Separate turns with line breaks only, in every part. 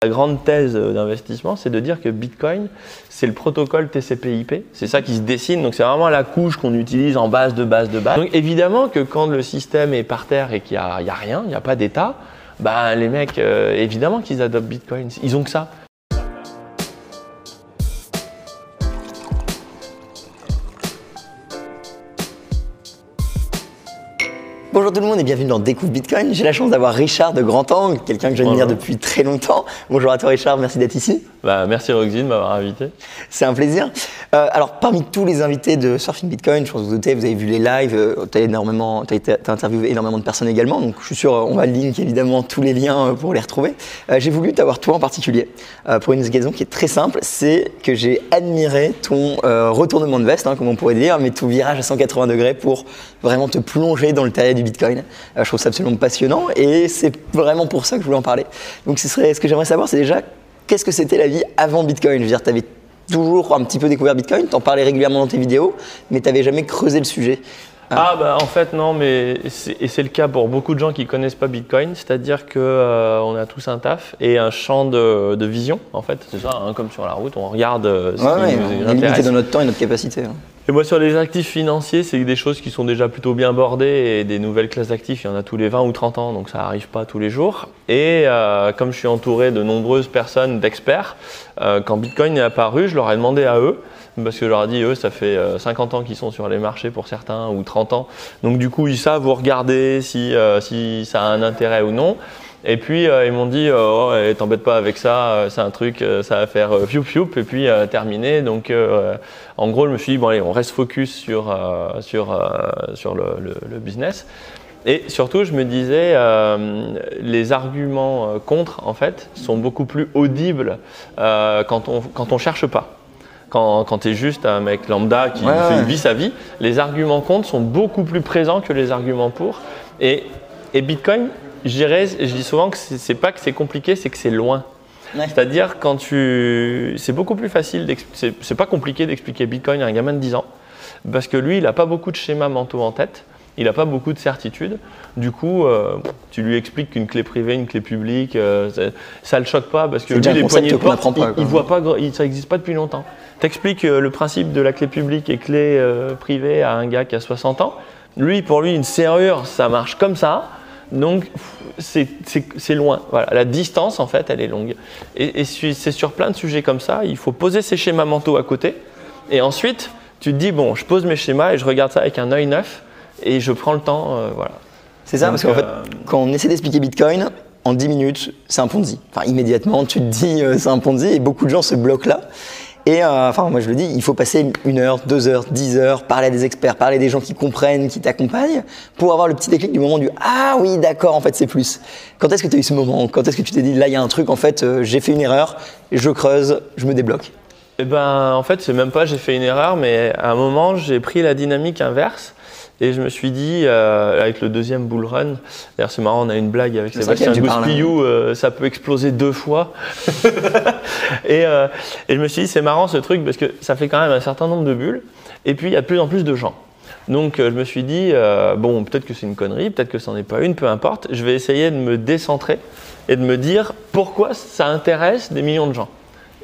La grande thèse d'investissement, c'est de dire que Bitcoin, c'est le protocole TCP/IP. C'est ça qui se dessine. Donc, c'est vraiment la couche qu'on utilise en base de base de base. Donc, évidemment que quand le système est par terre et qu'il n'y a rien, il n'y a pas d'état, bah, les mecs, évidemment qu'ils adoptent Bitcoin. Ils ont que ça.
Bonjour tout le monde et bienvenue dans Découvre Bitcoin. J'ai la chance d'avoir Richard de Grand Angle, quelqu'un que j'admire depuis très longtemps. Bonjour à toi Richard, merci d'être ici.
Merci Roxy de m'avoir invité.
C'est un plaisir. Alors parmi tous les invités de Surfing Bitcoin, je pense que vous doutez, vous avez vu les lives, tu as interviewé énormément de personnes également, donc je suis sûr on va link évidemment tous les liens pour les retrouver. J'ai voulu t'avoir toi en particulier pour une raison qui est très simple, c'est que j'ai admiré ton retournement de veste, comme on pourrait dire, mais ton virage à 180 degrés pour vraiment te plonger dans le terrier du Bitcoin. Je trouve ça absolument passionnant et c'est vraiment pour ça que je voulais en parler. Donc ce que j'aimerais savoir, c'est déjà qu'est-ce que c'était la vie avant Bitcoin. Je veux dire, tu avais toujours un petit peu découvert Bitcoin, tu en parlais régulièrement dans tes vidéos, mais tu n'avais jamais creusé le sujet.
En fait non, mais c'est le cas pour beaucoup de gens qui connaissent pas Bitcoin, c'est-à-dire que on a tous un taf et un champ de vision en fait, c'est ça, comme sur la route, on regarde ce qui nous intéresse.
On est limité dans notre temps et notre capacité.
Et moi sur les actifs financiers, c'est des choses qui sont déjà plutôt bien bordées et des nouvelles classes d'actifs, il y en a tous les 20 ou 30 ans, donc ça n'arrive pas tous les jours. Et comme je suis entouré de nombreuses personnes, d'experts, quand Bitcoin est apparu, je leur ai demandé à eux, parce que je leur ai dit, eux, ça fait 50 ans qu'ils sont sur les marchés pour certains, ou 30 ans. Donc du coup, ils savent vous regarder si ça a un intérêt ou non. Et puis, ils m'ont dit, t'embête pas avec ça, c'est un truc, ça va faire fioup fioup, et puis terminé. Donc, en gros, je me suis dit, bon allez, on reste focus sur le business. Et surtout, je me disais, les arguments contre, en fait, sont beaucoup plus audibles quand on cherche pas. Quand tu es juste un mec lambda qui vit sa vie, les arguments contre sont beaucoup plus présents que les arguments pour. Et Bitcoin, je dis souvent que c'est pas que c'est compliqué, c'est que c'est loin. Ouais. C'est-à-dire c'est beaucoup plus facile, c'est pas compliqué d'expliquer Bitcoin à un gamin de 10 ans, parce que lui, il n'a pas beaucoup de schémas mentaux en tête. Il n'a pas beaucoup de certitudes. Du coup, tu lui expliques qu'une clé privée, une clé publique, ça ne le choque pas parce que lui, les poignées de porte, il voit pas, ça n'existe pas depuis longtemps. Tu expliques le principe de la clé publique et clé privée à un gars qui a 60 ans. Pour lui, une serrure, ça marche comme ça. Donc, c'est loin. Voilà. La distance, en fait, elle est longue. Et c'est sur plein de sujets comme ça. Il faut poser ses schémas mentaux à côté. Et ensuite, tu te dis, bon, je pose mes schémas et je regarde ça avec un œil neuf. Et je prends le temps, voilà.
C'est ça, parce qu'en fait, quand on essaie d'expliquer Bitcoin, en 10 minutes, c'est un Ponzi. Enfin, immédiatement, tu te dis, c'est un Ponzi, et beaucoup de gens se bloquent là. Et moi je le dis, il faut passer 1 heure, 2 heures, 10 heures, parler à des experts, parler à des gens qui comprennent, qui t'accompagnent, pour avoir le petit déclic du moment du « Ah oui, d'accord, en fait, c'est plus ». Quand est-ce que tu as eu ce moment? Quand est-ce que tu t'es dit « Là, il y a un truc, en fait, j'ai fait une erreur, je creuse, je me débloque ».
En fait, c'est même pas j'ai fait une erreur, mais à un moment, j'ai pris la dynamique inverse. Et je me suis dit, avec le deuxième bull run, d'ailleurs c'est marrant, on a une blague avec Sébastien Gouspillou, ça peut exploser 2 fois. et je me suis dit, c'est marrant ce truc parce que ça fait quand même un certain nombre de bulles. Et puis il y a de plus en plus de gens. Donc je me suis dit, bon, peut-être que c'est une connerie, peut-être que ça n'en est pas une, peu importe. Je vais essayer de me décentrer et de me dire pourquoi ça intéresse des millions de gens.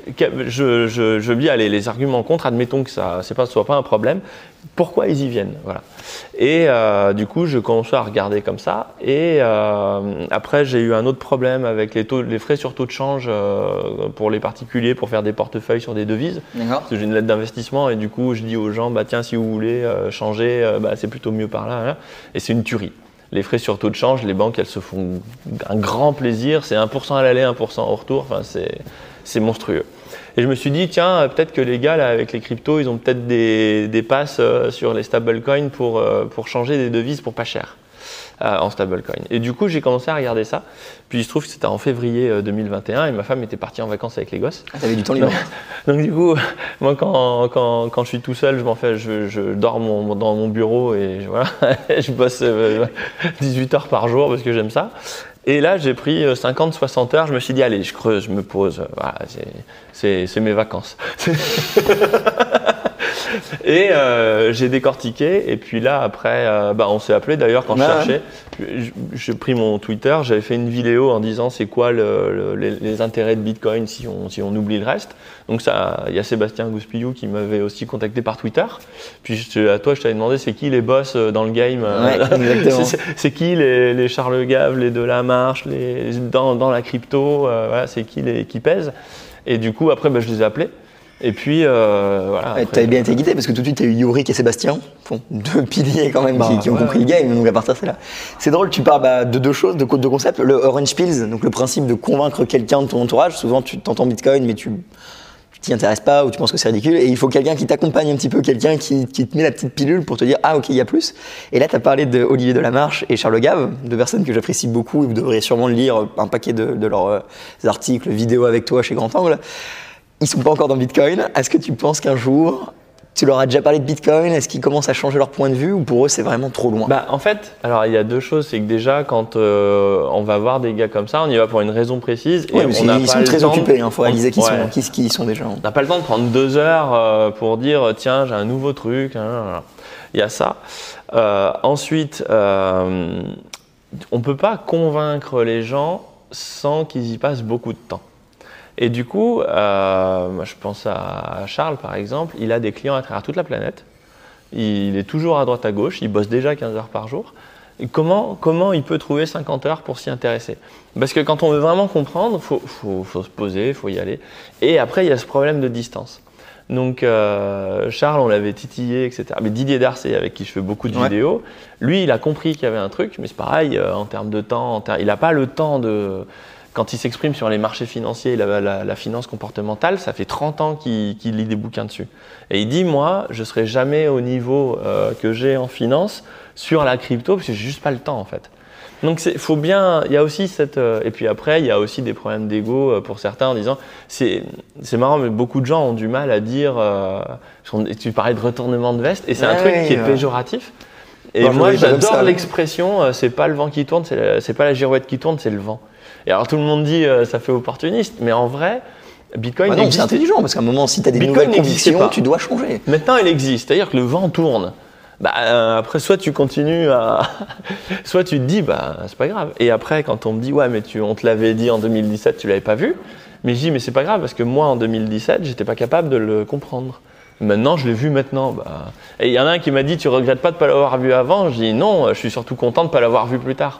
Je dis, allez, les arguments contre, admettons que ça soit pas un problème. Pourquoi ils y viennent, voilà. Et du coup, je commence à regarder comme ça. Et après, j'ai eu un autre problème avec les frais sur taux de change pour les particuliers pour faire des portefeuilles sur des devises. D'accord. Parce que j'ai une lettre d'investissement et du coup, je dis aux gens, tiens, si vous voulez changer, c'est plutôt mieux par là, hein. Et c'est une tuerie. Les frais sur taux de change, les banques, elles se font un grand plaisir. C'est 1% à l'aller, 1% au retour. Enfin, c'est monstrueux. Et je me suis dit, tiens, peut-être que les gars, là, avec les cryptos, ils ont peut-être des passes sur les stablecoins pour changer des devises pour pas cher en stablecoin. Et du coup, j'ai commencé à regarder ça. Puis il se trouve que c'était en février 2021 et ma femme était partie en vacances avec les gosses.
Ah, t'avais du temps libre.
Donc du coup, moi, quand je suis tout seul, je dors dans mon bureau et voilà, je bosse 18 heures par jour parce que j'aime ça. Et là, j'ai pris 50-60 heures. Je me suis dit, allez, je creuse, je me pose. Voilà, c'est mes vacances. Et j'ai décortiqué. Et puis là, après, on s'est appelé d'ailleurs quand je cherchais. J'ai pris mon Twitter, j'avais fait une vidéo en disant c'est quoi les intérêts de Bitcoin si on oublie le reste. Donc il y a Sébastien Gouspillou qui m'avait aussi contacté par Twitter. Puis à toi, je t'avais demandé c'est qui les boss dans le game. C'est qui les Charles Gave, les Delamarche, dans la crypto, voilà, c'est qui pèsent. Et du coup, après, je les ai appelés. Et puis, voilà.
Tu avais bien été guidé parce que tout de suite, tu as eu Yorick et Sébastien, deux piliers quand même qui ont compris le game. Donc à partir de là, c'est drôle, tu parles de deux choses, de concepts. Le Orange Pills, donc le principe de convaincre quelqu'un de ton entourage. Souvent, tu t'entends Bitcoin, mais tu t'y intéresses pas ou tu penses que c'est ridicule. Et il faut quelqu'un qui t'accompagne un petit peu, quelqu'un qui te met la petite pilule pour te dire ah ok, il y a plus. Et là, tu as parlé d'Olivier Delamarche et Charles Gave, deux personnes que j'apprécie beaucoup et vous devriez sûrement lire un paquet de leurs articles, vidéos avec toi chez Grand Angle. Ils sont pas encore dans Bitcoin. Est-ce que tu penses qu'un jour, tu leur as déjà parlé de Bitcoin? Est-ce qu'ils commencent à changer leur point de vue ou pour eux, c'est vraiment trop loin?
En fait, alors il y a deux choses. C'est que déjà, quand on va voir des gars comme ça, on y va pour une raison précise.
Oui, et ils sont très occupés. Il faut réaliser qui ils sont déjà.
On n'a pas le temps de prendre 2 heures pour dire tiens, j'ai un nouveau truc. Il y a ça. Ensuite, on peut pas convaincre les gens sans qu'ils y passent beaucoup de temps. Et du coup, moi je pense à Charles par exemple, il a des clients à travers toute la planète, il est toujours à droite à gauche, il bosse déjà 15 heures par jour. Et comment il peut trouver 50 heures pour s'y intéresser? Parce que quand on veut vraiment comprendre, faut se poser, il faut y aller. Et après, il y a ce problème de distance. Donc Charles, on l'avait titillé, etc. Mais Didier Darcé, avec qui je fais beaucoup de vidéos, lui, il a compris qu'il y avait un truc, mais c'est pareil, en termes de temps, il n'a pas le temps de... Quand il s'exprime sur les marchés financiers et la finance comportementale, ça fait 30 ans qu'il lit des bouquins dessus. Et il dit, moi, je ne serai jamais au niveau que j'ai en finance sur la crypto, parce que j'ai juste pas le temps en fait. Donc faut bien, il y a aussi cette... et puis après, il y a aussi des problèmes d'ego pour certains en disant, c'est marrant, mais beaucoup de gens ont du mal à dire, tu parlais de retournement de veste, et c'est un truc qui est péjoratif. Et moi, j'adore l'expression, c'est pas le vent qui tourne, c'est pas la girouette qui tourne, c'est le vent. Et alors tout le monde dit ça fait opportuniste, mais en vrai, Bitcoin
existe. C'est intelligent parce qu'à un moment, si tu as des nouvelles convictions, tu dois changer.
Maintenant, il existe, c'est-à-dire que le vent tourne. Après, soit tu continues soit tu te dis c'est pas grave. Et après, quand on me dit ouais, mais on te l'avait dit en 2017, tu l'avais pas vu. Mais je dis mais c'est pas grave parce que moi en 2017, j'étais pas capable de le comprendre. Maintenant, je l'ai vu maintenant. Et il y en a un qui m'a dit tu regrettes pas de pas l'avoir vu avant? Je dis non, je suis surtout content de pas l'avoir vu plus tard.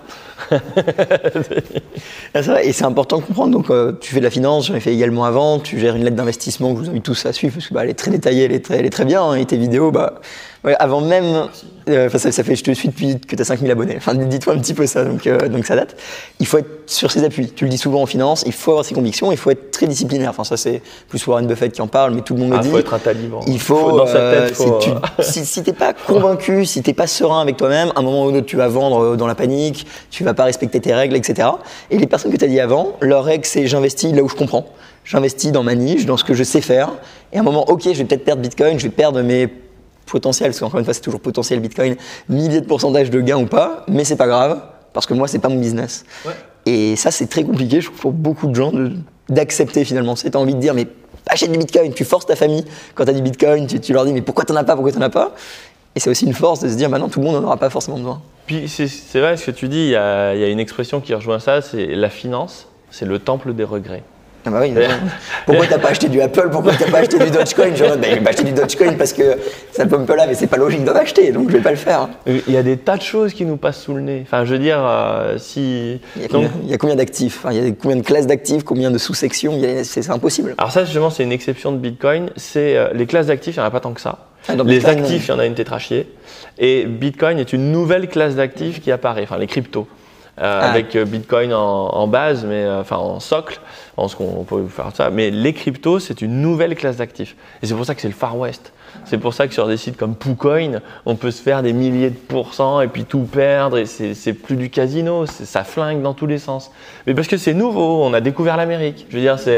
Et c'est important de comprendre. Donc, tu fais de la finance, j'en ai fait également avant. Tu gères une lettre d'investissement que je vous invite tous à suivre parce que elle est très détaillée, elle est très bien. Hein, et tes vidéos, avant même, ça fait, je te suis depuis que tu as 5000 abonnés. Enfin, dis-toi un petit peu ça. Donc ça date. Il faut être sur ses appuis. Tu le dis souvent en finance. Il faut avoir ses convictions. Il faut être très disciplinaire. Enfin, ça c'est plus Warren Buffett qui en parle, mais tout le monde le dit.
Il faut être un taliban.
Il faut dans sa tête. Si t'es pas convaincu, si t'es pas serein avec toi-même, à un moment ou un autre, tu vas vendre dans la panique. Tu vas pas respecter tes règles, etc. Et les personnes que tu as dit avant, leur règle c'est j'investis là où je comprends. J'investis dans ma niche, dans ce que je sais faire. Et à un moment, ok, je vais peut-être perdre Bitcoin, je vais perdre mes potentiels, parce qu'encore une fois, c'est toujours potentiel Bitcoin, milliers de pourcentage de gains ou pas, mais c'est pas grave, parce que moi, c'est pas mon business. Ouais. Et ça, c'est très compliqué, je trouve, pour beaucoup de gens d'accepter finalement. Tu as envie de dire, mais achète du Bitcoin, tu forces ta famille. Quand tu as du Bitcoin, tu leur dis, mais pourquoi t'en as pas? Et c'est aussi une force de se dire, non, tout le monde n'en aura pas forcément besoin.
Puis c'est vrai ce que tu dis, il y a une expression qui rejoint ça, c'est la finance, c'est le temple des regrets.
Ah bah oui, pourquoi t'as pas acheté du Apple? Pourquoi t'as pas acheté du Dogecoin? Je vais pas acheter du Dogecoin parce que ça me peut là, mais c'est pas logique d'en acheter, donc je vais pas le faire.
Il y a des tas de choses qui nous passent sous le nez. Enfin, je veux dire,
il y a combien d'actifs? Il y a combien de classes d'actifs? Combien de sous-sections? C'est impossible.
Alors ça, justement, c'est une exception de Bitcoin. C'est les classes d'actifs, il n'y en a pas tant que ça. Les actifs, il y en a une tétrachier. Et Bitcoin est une nouvelle classe d'actifs qui apparaît, enfin les cryptos. Avec Bitcoin en base, mais en socle, je pense qu'on peut faire ça. Mais les cryptos, c'est une nouvelle classe d'actifs. Et c'est pour ça que c'est le Far West. C'est pour ça que sur des sites comme PooCoin, on peut se faire des milliers de pourcents et puis tout perdre. Et c'est plus du casino, ça flingue dans tous les sens. Mais parce que c'est nouveau, on a découvert l'Amérique. Je veux dire,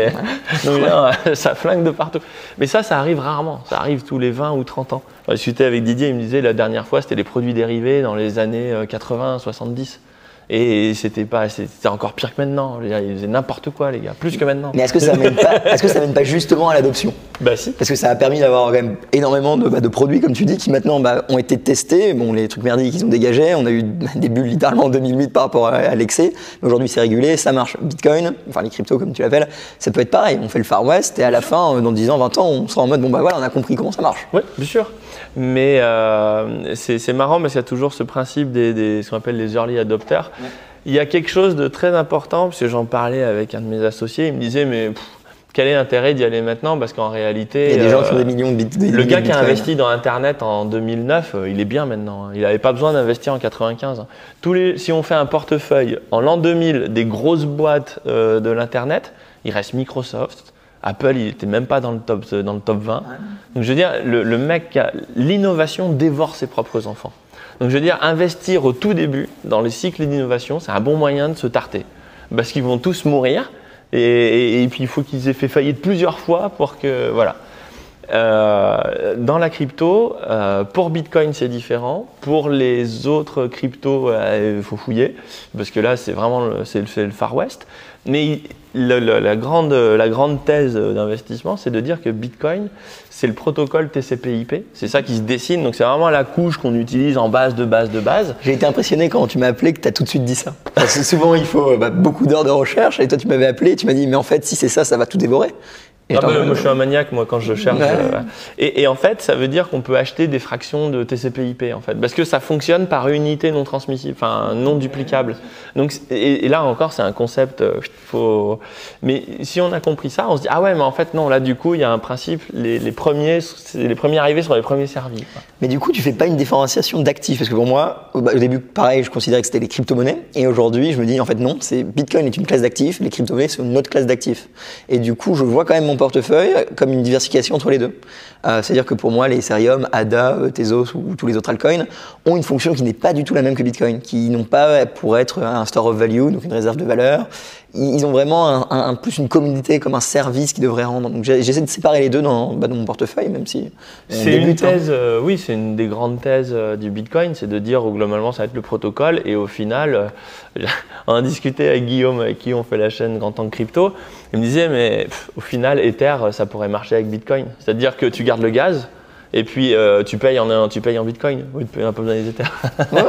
ça flingue de partout. Mais ça arrive rarement. Ça arrive tous les 20 ou 30 ans. J'ai discuté avec Didier, il me disait la dernière fois, c'était les produits dérivés dans les années 80, 70. Et c'était encore pire que maintenant. Ils faisaient n'importe quoi, les gars, plus que maintenant.
Mais est-ce que ça mène pas justement à l'adoption?
Bah si.
Parce que ça a permis d'avoir quand même énormément de produits, comme tu dis, qui maintenant ont été testés. Bon, les trucs merdiques qu'ils ont dégagés, on a eu des bulles littéralement en 2008 par rapport à l'excès. Mais aujourd'hui, c'est régulé, ça marche. Bitcoin, enfin les cryptos comme tu l'appelles, ça peut être pareil. On fait le Far West et à la fin, dans 10 ans, 20 ans, on sera en mode bon bah voilà, on a compris comment ça marche.
Oui, bien sûr. Mais c'est marrant parce qu'il y a toujours ce principe ce qu'on appelle les early adopters. Ouais. Il y a quelque chose de très important, parce que j'en parlais avec un de mes associés, il me disait mais quel est l'intérêt d'y aller maintenant? Parce qu'en réalité,
il y a des gens qui ont des millions de bitcoins.
Le gars qui a investi dans Internet en 2009, il est bien maintenant. Il n'avait pas besoin d'investir en 95. Si on fait un portefeuille en l'an 2000 des grosses boîtes de l'Internet, il reste Microsoft. Apple, il n'était même pas dans le top 20. Donc je veux dire, le mec, l'innovation dévore ses propres enfants. Donc je veux dire, investir au tout début dans les cycles d'innovation, c'est un bon moyen de se tarter. Parce qu'ils vont tous mourir et puis il faut qu'ils aient fait faillite plusieurs fois pour que… Voilà. Dans la crypto, pour Bitcoin c'est différent. Pour les autres cryptos, il faut fouiller parce que là c'est vraiment le Far West. Mais la grande thèse d'investissement, c'est de dire que Bitcoin, c'est le protocole TCP/IP. C'est ça qui se dessine. Donc c'est vraiment la couche qu'on utilise en base de base de base.
J'ai été impressionné quand tu m'as appelé que tu as tout de suite dit ça. Parce que souvent il faut beaucoup d'heures de recherche et toi tu m'avais appelé et tu m'as dit mais en fait si c'est ça, ça va tout dévorer.
Moi je suis un maniaque moi quand je cherche. Et en fait ça veut dire qu'on peut acheter des fractions de TCP/IP en fait parce que ça fonctionne par unité non transmissible, enfin non duplicable. Donc et là encore c'est un concept. Mais si on a compris ça, on se dit ah ouais mais en fait non là du coup il y a un principe les premiers arrivés sont les premiers servis. Quoi.
Mais du coup tu fais pas une différenciation d'actifs parce que pour moi au début pareil je considérais que c'était les crypto-monnaies et aujourd'hui je me dis en fait non c'est Bitcoin est une classe d'actifs, les crypto-monnaies c'est une autre classe d'actifs et du coup je vois quand même mon portefeuille comme une diversification entre les deux. C'est-à-dire que pour moi, les Ethereum, ADA, Tezos ou tous les autres altcoins ont une fonction qui n'est pas du tout la même que Bitcoin, qui n'ont pas pour être un store of value, donc une réserve de valeur. Ils ont vraiment plus une communauté comme un service qui devrait rendre. Donc j'essaie de séparer les deux dans mon portefeuille, même si
c'est une thèse. Oui, c'est une des grandes thèses du Bitcoin, c'est de dire globalement ça va être le protocole et au final, on a discuté avec Guillaume, avec qui on fait la chaîne Grand Tank Crypto. Il me disait mais au final Ether ça pourrait marcher avec Bitcoin, c'est-à-dire que tu gardes le gaz. Et puis tu payes en Bitcoin. Oui, tu n'as pas besoin des Ethers.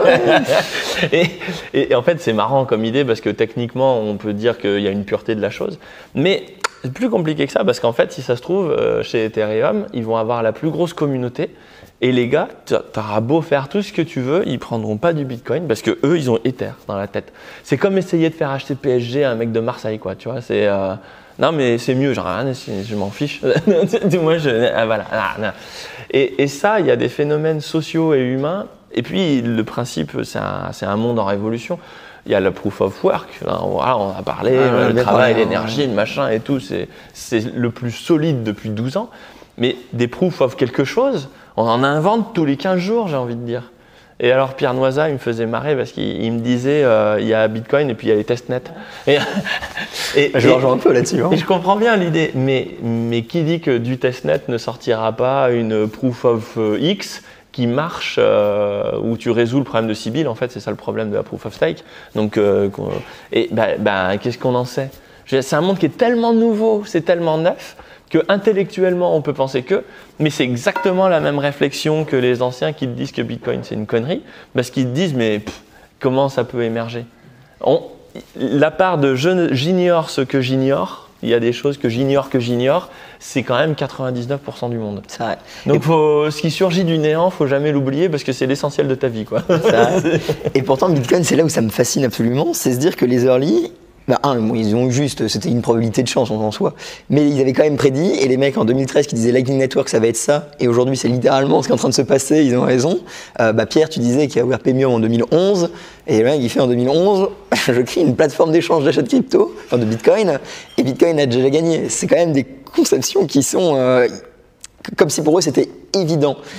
et en fait, c'est marrant comme idée parce que techniquement, on peut dire qu'il y a une pureté de la chose. Mais c'est plus compliqué que ça parce qu'en fait, si ça se trouve, chez Ethereum, ils vont avoir la plus grosse communauté. Et les gars, tu auras beau faire tout ce que tu veux, ils prendront pas du Bitcoin parce que eux, ils ont Ether dans la tête. C'est comme essayer de faire acheter PSG à un mec de Marseille, quoi. Tu vois, c'est non mais c'est mieux, genre rien, je m'en fiche. Moi, voilà. Et ça, il y a des phénomènes sociaux et humains. Et puis le principe, c'est un monde en révolution. Il y a le proof of work. Là, on a parlé, le travail, l'énergie, le machin et tout. C'est le plus solide depuis 12 ans. Mais des proof of quelque chose, on en invente tous les 15 jours, j'ai envie de dire. Et alors Pierre Noisa, il me faisait marrer parce qu'il me disait il y a Bitcoin et puis il y a les testnets.
Je rejoins un peu là-dessus. Hein.
Et je comprends bien l'idée, mais qui dit que du testnet ne sortira pas une proof of X qui marche où tu résous le problème de Sybil. En fait, c'est ça le problème de la proof of stake. Donc, qu'est-ce qu'on en sait? C'est un monde qui est tellement nouveau, c'est tellement neuf que intellectuellement on peut penser que, mais c'est exactement la même réflexion que les anciens qui te disent que Bitcoin c'est une connerie, parce qu'ils te disent mais comment ça peut émerger? La part de j'ignore ce que j'ignore, il y a des choses que j'ignore, c'est quand même 99% du monde.
C'est vrai.
Donc ce qui surgit du néant, faut jamais l'oublier parce que c'est l'essentiel de ta vie, quoi.
Et pourtant Bitcoin, c'est là où ça me fascine absolument, c'est se dire que les early, ils ont juste, c'était une probabilité de chance en soi, mais ils avaient quand même prédit, et les mecs en 2013 qui disaient Lightning Network ça va être ça, et aujourd'hui c'est littéralement ce qui est en train de se passer, ils ont raison. Pierre, tu disais qu'il y a ouvert Paymium en 2011, et le mec il fait en 2011, je crée une plateforme d'échange d'achat de crypto, enfin de Bitcoin, et Bitcoin a déjà gagné. C'est quand même des conceptions qui sont comme si pour eux c'était évident.
Mais ouais.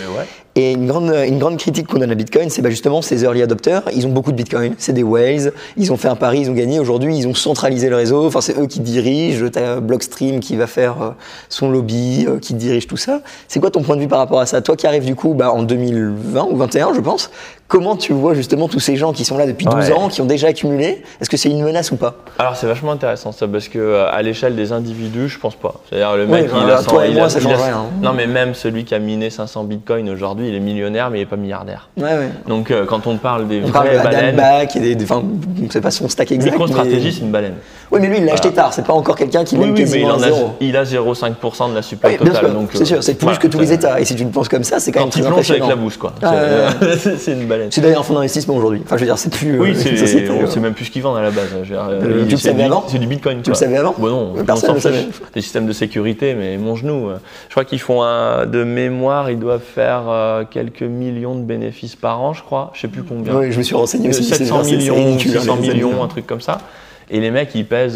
Et une grande critique qu'on donne à Bitcoin, c'est justement ces early adopters. Ils ont beaucoup de Bitcoin, c'est des whales. Ils ont fait un pari, ils ont gagné. Aujourd'hui, ils ont centralisé le réseau. Enfin, c'est eux qui dirigent. T'as Blockstream qui va faire son lobby, qui dirige tout ça. C'est quoi ton point de vue par rapport à ça? Toi qui arrives du coup en 2020 ou 2021, je pense. Comment tu vois justement tous ces gens qui sont là depuis 12 ans, qui ont déjà accumulé? Est-ce que c'est une menace ou pas?
Alors c'est vachement intéressant ça, parce que à l'échelle des individus, je pense pas. C'est-à-dire le mec,
toi et moi, ça change rien.
Non, mais même celui qui a miné 500 bitcoins aujourd'hui, il est millionnaire, mais il est pas milliardaire. Donc quand on parle des vraies baleines,
c'est pas son stack exact.
MicroStrategy, c'est une baleine.
Oui, mais lui, il l'a acheté tard. C'est pas encore quelqu'un qui l'a quasiment à zéro.
Il a 0,5% de la supply totale.
C'est sûr, c'est plus que tous les États. Et si tu le penses comme ça, c'est quand même très impressionnant.
Avec la bouse, quoi. C'est une baleine.
C'est d'ailleurs un fonds d'investissement aujourd'hui. Enfin, je veux dire, c'est plus.
Oui, on sait même plus ce qu'ils vendent à la base.
Tu le savais avant?
C'est du bitcoin.
Tu le savais avant?
Bon, non,
personne ne le savait.
Des systèmes de sécurité, mais mon genou. Je crois qu'ils font de mémoire, ils doivent faire quelques millions de bénéfices par an, je crois. Je sais plus combien.
Oui, je me suis renseigné aussi.
700 millions, 600 millions, un truc comme ça. Et les mecs, ils pèsent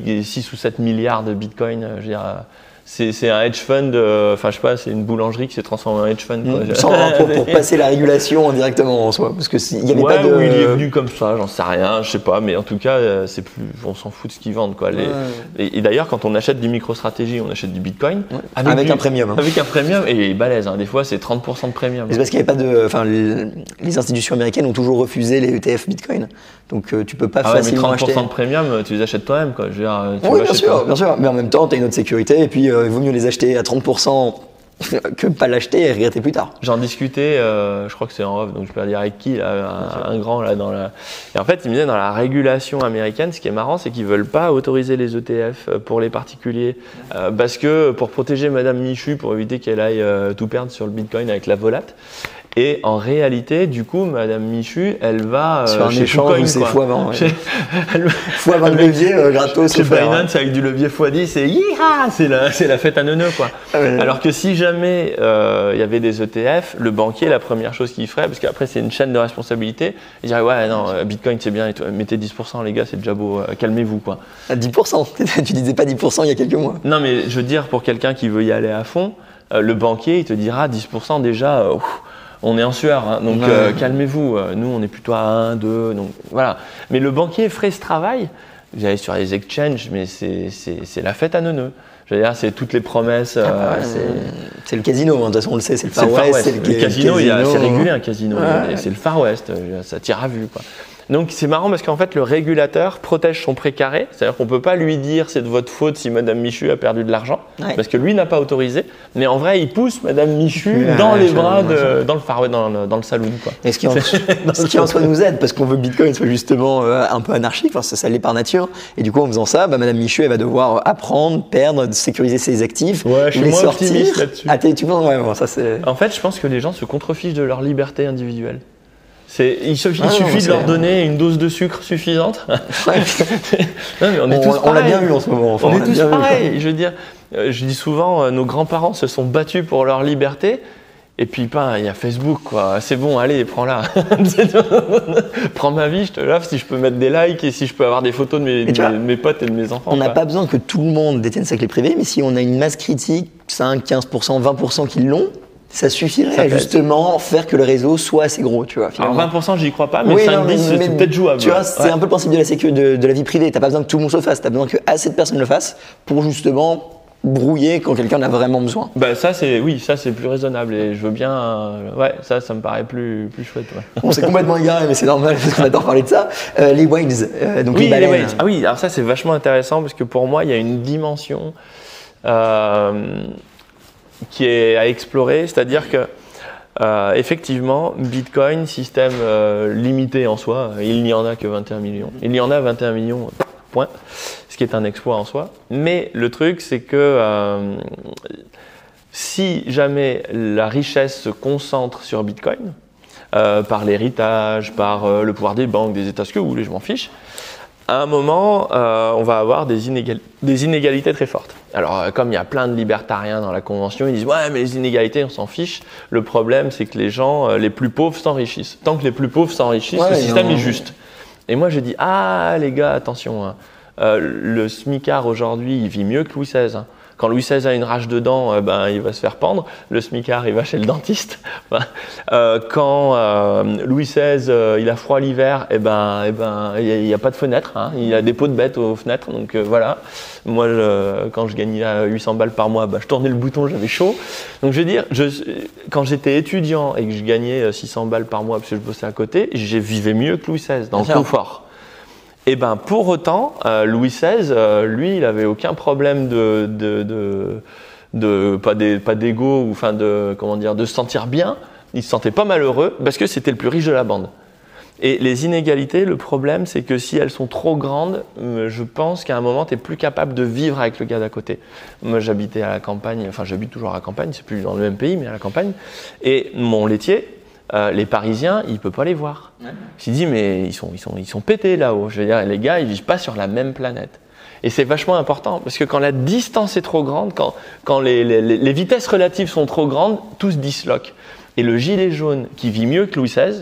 6 ou 7 milliards de bitcoin. Je veux dire, c'est un hedge fund, enfin je sais pas, c'est une boulangerie qui s'est transformée en hedge fund.
Pour passer la régulation indirectement en soi, parce que il y avait pas de.
Oui, il est venu comme ça, j'en sais rien, je sais pas, mais en tout cas, on s'en fout de ce qu'ils vendent, quoi. Et d'ailleurs, quand on achète du MicroStrategy, on achète du Bitcoin
avec un premium.
Avec un premium, et balèze, des fois c'est 30% de premium.
C'est parce qu'il n'y avait pas de, enfin, les institutions américaines ont toujours refusé les ETF Bitcoin, donc tu peux pas facilement acheter.
30% de premium, tu les achètes toi-même, quoi. Je veux dire,
oui, bien sûr, mais en même temps, tu as une autre sécurité, et puis il vaut mieux les acheter à 30% que pas l'acheter et regretter plus tard.
J'en discutais, je crois que c'est en off, donc je peux pas dire avec qui, là, un grand là dans la. Et en fait, il me disait dans la régulation américaine, ce qui est marrant, c'est qu'ils veulent pas autoriser les ETF pour les particuliers, parce que pour protéger Madame Michu, pour éviter qu'elle aille tout perdre sur le Bitcoin avec la volate. Et en réalité, du coup, Madame Michu, elle va
sur un
chez
échange où c'est x20. x20 de levier gratos.
Chez Binance, avec du levier x10, c'est la fête à neuneux, quoi. Alors que si jamais il y avait des ETF, le banquier, la première chose qu'il ferait, parce qu'après c'est une chaîne de responsabilité, il dirait ouais non, Bitcoin c'est bien, et mettez 10% les gars, c'est déjà beau, calmez-vous, quoi.
10%. Tu disais pas 10% il y a quelques mois.
Non, mais je veux dire, pour quelqu'un qui veut y aller à fond, le banquier il te dira 10% déjà. On est en sueur, hein, donc calmez-vous. Nous, on est plutôt à 1, 2, donc voilà. Mais le banquier ferait ce travail. Vous allez sur les exchanges, mais c'est la fête à neuneux. Je veux dire, c'est toutes les promesses.
C'est le casino, hein, de toute façon, on le sait, c'est le Far West.
Le casino, c'est régulé un casino. C'est le Far West, ça tire à vue, quoi. Donc c'est marrant parce qu'en fait le régulateur protège son précaré, c'est-à-dire qu'on ne peut pas lui dire c'est de votre faute si Madame Michu a perdu de l'argent, parce que lui n'a pas autorisé, mais en vrai il pousse Madame Michu dans les bras dans le Far West, dans le saloon, quoi.
Et ce qui en soi nous aide, parce qu'on veut que Bitcoin soit justement un peu anarchique, enfin, ça l'est par nature, et du coup en faisant ça, Madame Michu elle va devoir apprendre, perdre, sécuriser ses actifs,
je suis
les
moins
sortir.
Optimiste là-dessus.
Tu penses, ça c'est.
En fait je pense que les gens se contrefichent de leur liberté individuelle. Il suffit de leur donner une dose de sucre suffisante. Non, mais on est tous pareils.
On l'a bien vu en ce moment.
On est tous pareils. Je veux dire, je dis souvent, nos grands-parents se sont battus pour leur liberté. Et puis, il y a Facebook, quoi. C'est bon, allez, prends-la. Prends ma vie, je te l'offre si je peux mettre des likes et si je peux avoir des photos de mes potes et de mes enfants.
On n'a pas besoin que tout le monde détienne sa clé privée, mais si on a une masse critique, 5, 15%, 20% qui l'ont, ça suffirait à justement faire que le réseau soit assez gros, tu vois.
Finalement. Alors 20%, j'y crois pas, mais 5-10, c'est peut-être jouable.
Tu vois, c'est un peu le principe de la vie privée. T'as pas besoin que tout le monde se fasse, t'as besoin que assez de personnes le fassent pour justement brouiller quand quelqu'un en a vraiment besoin.
Ça c'est plus raisonnable et je veux bien. Ça me paraît plus chouette. Ouais.
On s'est complètement égaré, mais c'est normal parce qu'on adore parler de ça. Les whales, donc les baleines.
Les whales. Ah oui, alors ça c'est vachement intéressant parce que pour moi il y a une dimension. Qui est à explorer, c'est-à-dire que effectivement, Bitcoin, système limité en soi, il n'y en a que 21 millions. Il y en a 21 millions, point, ce qui est un exploit en soi. Mais le truc, c'est que si jamais la richesse se concentre sur Bitcoin, par l'héritage, par le pouvoir des banques, des États, ce que vous voulez, je m'en fiche, à un moment, on va avoir des inégalités très fortes. Alors, comme il y a plein de libertariens dans la Convention, ils disent « Ouais, mais les inégalités, on s'en fiche. » Le problème, c'est que les gens, les plus pauvres s'enrichissent. Tant que les plus pauvres s'enrichissent, le système est juste. Et moi, je dis « Ah, les gars, attention, hein. Le smicard aujourd'hui, il vit mieux que Louis XVI. Hein. Quand Louis XVI a une rage de dents, il va se faire pendre. Le smicard, il va chez le dentiste. Quand Louis XVI, il a froid l'hiver, il n'y a pas de fenêtre. Hein. Il a des pots de bêtes aux fenêtres. Donc voilà. Moi, quand je gagnais 800 balles par mois, je tournais le bouton, j'avais chaud. Donc je veux dire, quand j'étais étudiant et que je gagnais 600 balles par mois parce que je bossais à côté, je vivais mieux que Louis XVI, dans le confort. Et pour autant, Louis XVI, lui, il n'avait aucun problème pas d'ego ou de se sentir bien. Il se sentait pas malheureux parce que c'était le plus riche de la bande. Et les inégalités, le problème, c'est que si elles sont trop grandes, je pense qu'à un moment, tu n'es plus capable de vivre avec le gars d'à côté. Moi, j'habitais à la campagne, j'habite toujours à la campagne, c'est plus dans le même pays, mais à la campagne. Et mon laitier, les Parisiens, il ne peut pas les voir. Ouais. Il s'est dit, mais ils sont pétés là-haut. Je veux dire, les gars, ils ne vivent pas sur la même planète. Et c'est vachement important, parce que quand la distance est trop grande, quand les vitesses relatives sont trop grandes, tout se disloque. Et le gilet jaune, qui vit mieux que Louis XVI,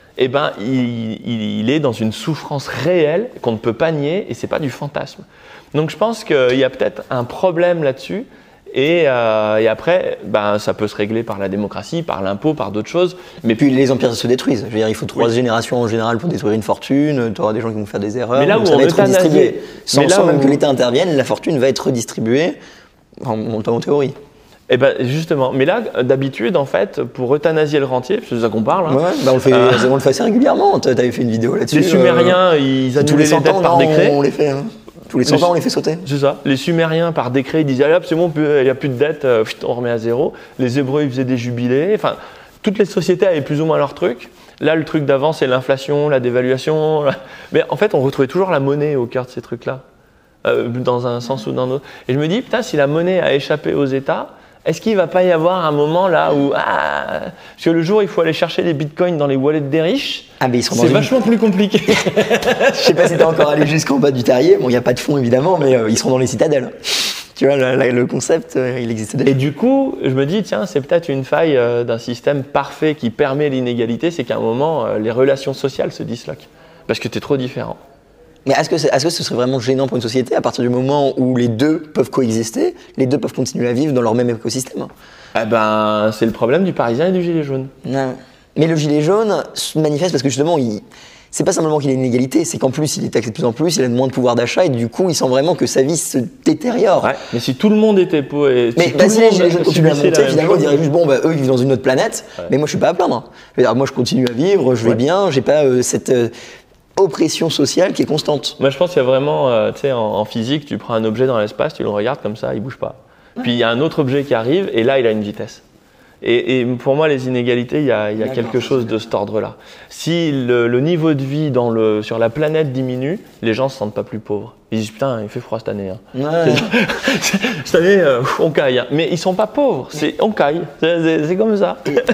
il est dans une souffrance réelle qu'on ne peut pas nier, et ce n'est pas du fantasme. Donc je pense qu'il y a peut-être un problème là-dessus. Et après, ça peut se régler par la démocratie, par l'impôt, par d'autres choses.
Mais puis les empires se détruisent. Je veux dire, il faut 3 générations en général pour détruire une fortune. Tu auras des gens qui vont faire des erreurs.
Mais là où
ça va être redistribué. Sans même que l'État intervienne, la fortune va être redistribuée en théorie.
Et justement, mais là, d'habitude, en fait, pour euthanasier le rentier, parce que c'est ça qu'on parle. Hein,
on le fait assez régulièrement. Tu avais fait une vidéo là-dessus.
Les Sumériens, ils annulaient les dettes par décret.
On les fait. Hein. Tous les 100 ans, on les fait sauter.
C'est ça. Les Sumériens, par décret, ils disaient allez hop, c'est bon, il n'y a plus de dette, on remet à zéro. Les Hébreux, ils faisaient des jubilés. Enfin, toutes les sociétés avaient plus ou moins leur truc. Là, le truc d'avant, c'est l'inflation, la dévaluation. Mais en fait, on retrouvait toujours la monnaie au cœur de ces trucs-là, dans un sens ou dans l'autre. Et je me dis, putain, si la monnaie a échappé aux États, est-ce qu'il ne va pas y avoir un moment là où, parce que le jour où il faut aller chercher des bitcoins dans les wallets des riches, c'est vachement plus compliqué.
Je ne sais pas si tu es encore allé jusqu'en bas du terrier. Bon, il n'y a pas de fonds évidemment, mais ils seront dans les citadelles. Tu vois, le concept, il existe déjà.
Et du coup, je me dis, tiens, c'est peut-être une faille d'un système parfait qui permet l'inégalité, c'est qu'à un moment, les relations sociales se disloquent. Parce que tu es trop différent.
Mais est-ce que ce serait vraiment gênant pour une société à partir du moment où les deux peuvent coexister, les deux peuvent continuer à vivre dans leur même écosystème?
C'est le problème du Parisien et du gilet jaune.
Non. Mais le gilet jaune se manifeste parce que justement, c'est pas simplement qu'il a une inégalité, c'est qu'en plus il est taxé de plus en plus, il a moins de pouvoir d'achat et du coup il sent vraiment que sa vie se détériore.
Ouais, mais si tout le monde était pauvre,
si les gilets jaunes continuent à monter, finalement on dirait juste eux ils vivent dans une autre planète, mais moi je suis pas à plaindre. Moi je continue à vivre, je vais bien, j'ai pas cette oppression sociale qui est constante.
Moi je pense qu'il y a vraiment, en physique, tu prends un objet dans l'espace, tu le regardes comme ça, il bouge pas. Puis il y a un autre objet qui arrive et là il a une vitesse. Et pour moi, les inégalités, il y a quelque chose de cet ordre-là. Si le niveau de vie sur la planète diminue, les gens ne se sentent pas plus pauvres. Ils disent putain, il fait froid cette année. Hein.
Ouais.
Cette année, on caille. Hein. Mais ils ne sont pas pauvres, on caille. C'est comme ça.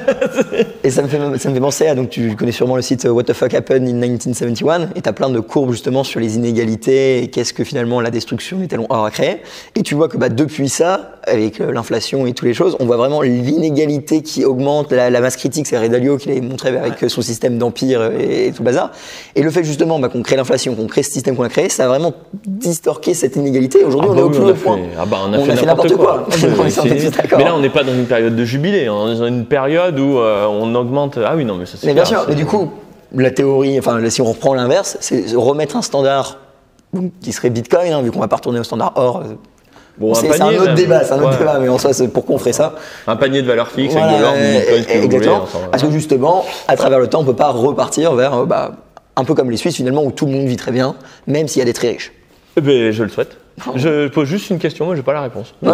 Et ça me fait penser à, donc tu connais sûrement le site What the Fuck Happened in 1971 et tu as plein de courbes justement sur les inégalités et qu'est-ce que finalement la destruction des talons or a créé. Et tu vois que depuis ça, avec l'inflation et toutes les choses, on voit vraiment l'inégalité qui augmente, la masse critique, c'est Ray Dalio qui l'avait montré avec son système d'empire et tout le bazar. Et le fait justement qu'on crée l'inflation, qu'on crée ce système qu'on a créé, ça a vraiment distorqué cette inégalité. Aujourd'hui, on est au plus haut point.
On a fait n'importe quoi.
Mais
là, on n'est pas dans une période de jubilé. On est dans une période où on augmente. Ah oui, non, mais ça c'est.
Mais bien sûr. Mais du coup, la théorie, si on reprend l'inverse, c'est remettre un standard qui serait Bitcoin, vu qu'on va pas retourner au standard or.
Bon,
c'est un autre débat, mais en soi, c'est pourquoi on ferait ça.
Un panier de valeurs fixes avec de l'or, du Bitcoin,
exactement. Parce que justement, à travers le temps, on peut pas repartir vers un peu comme les Suisses finalement, où tout le monde vit très bien, même s'il y a des très riches.
Je le souhaite. Je pose juste une question, moi je n'ai pas la réponse.
Vous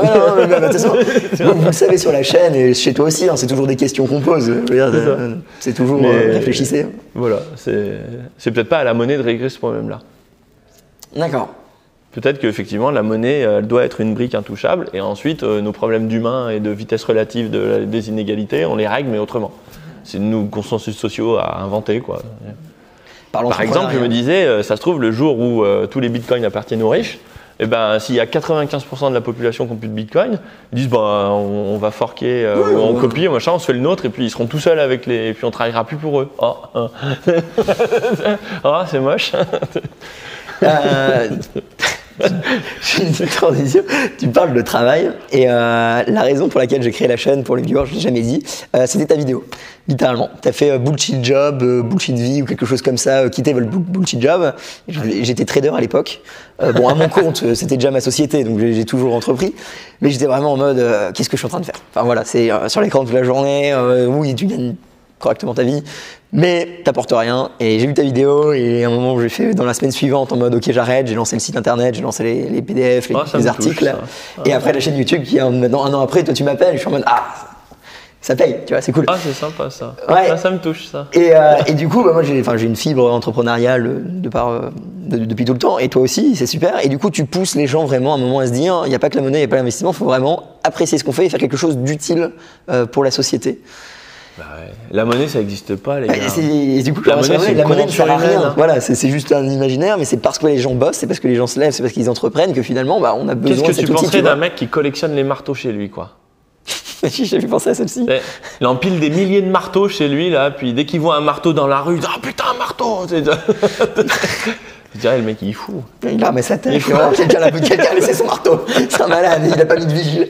le savez sur la chaîne et chez toi aussi, c'est toujours des questions qu'on pose. C'est toujours réfléchissez.
Voilà, c'est peut-être pas à la monnaie de régler ce problème-là.
D'accord.
Peut-être qu'effectivement la monnaie elle doit être une brique intouchable et ensuite nos problèmes d'humain et de vitesse relative des inégalités, on les règle mais autrement. C'est nos consensus sociaux à inventer quoi. Par exemple, je me disais, ça se trouve, le jour où tous les bitcoins appartiennent aux riches, s'il y a 95% de la population qui n'ont plus de bitcoin, ils disent on va forquer, on copie, machin, on se fait le nôtre, et puis ils seront tout seuls avec et puis on ne travaillera plus pour eux. Oh, c'est moche.
J'ai une petite transition. Tu parles de travail et la raison pour laquelle j'ai créé la chaîne pour les viewers, je l'ai jamais dit, c'était ta vidéo. Littéralement. Tu as fait bullshit job, bullshit vie ou quelque chose comme ça, quitter votre bullshit job. J'étais trader à l'époque. Bon, à mon compte, c'était déjà ma société, donc j'ai toujours entrepris. Mais j'étais vraiment en mode, qu'est-ce que je suis en train de faire? Enfin voilà, c'est sur l'écran toute la journée, oui, tu gagnes correctement ta vie, mais t'apportes rien. Et j'ai vu ta vidéo et à un moment j'ai fait dans la semaine suivante en mode ok j'arrête, j'ai lancé le site internet, j'ai lancé les PDF, les articles. Et après la chaîne YouTube qui est maintenant 1 an après, toi tu m'appelles, je suis en mode ça paye, tu vois, c'est cool.
Ah, c'est sympa ça.
Ouais.
Ça me touche ça.
Et du coup, moi j'ai une fibre entrepreneuriale depuis tout le temps, et toi aussi, c'est super. Et du coup, tu pousses les gens vraiment à un moment à se dire, il n'y a pas que la monnaie, il n'y a pas l'investissement, il faut vraiment apprécier ce qu'on fait et faire quelque chose d'utile pour la société.
Bah ouais. La monnaie, ça n'existe pas, les gars.
Et du coup,
la monnaie ne sert à rien. Hein.
Voilà, c'est juste un imaginaire, mais c'est parce que les gens bossent, c'est parce que les gens se lèvent, c'est parce qu'ils entreprennent que finalement, on a besoin de cet outil.
Qu'est-ce que tu penserais d'un mec qui collectionne les marteaux chez lui, quoi?
J'ai vu penser à celle-ci.
Il empile des milliers de marteaux chez lui, là, puis dès qu'il voit un marteau dans la rue, il dit « Ah putain, un marteau !» Je dirais, le mec, il est fou.
Il a remis sa tête, quelqu'un a laissé son marteau. C'est un malade, il n'a pas mis de vigile.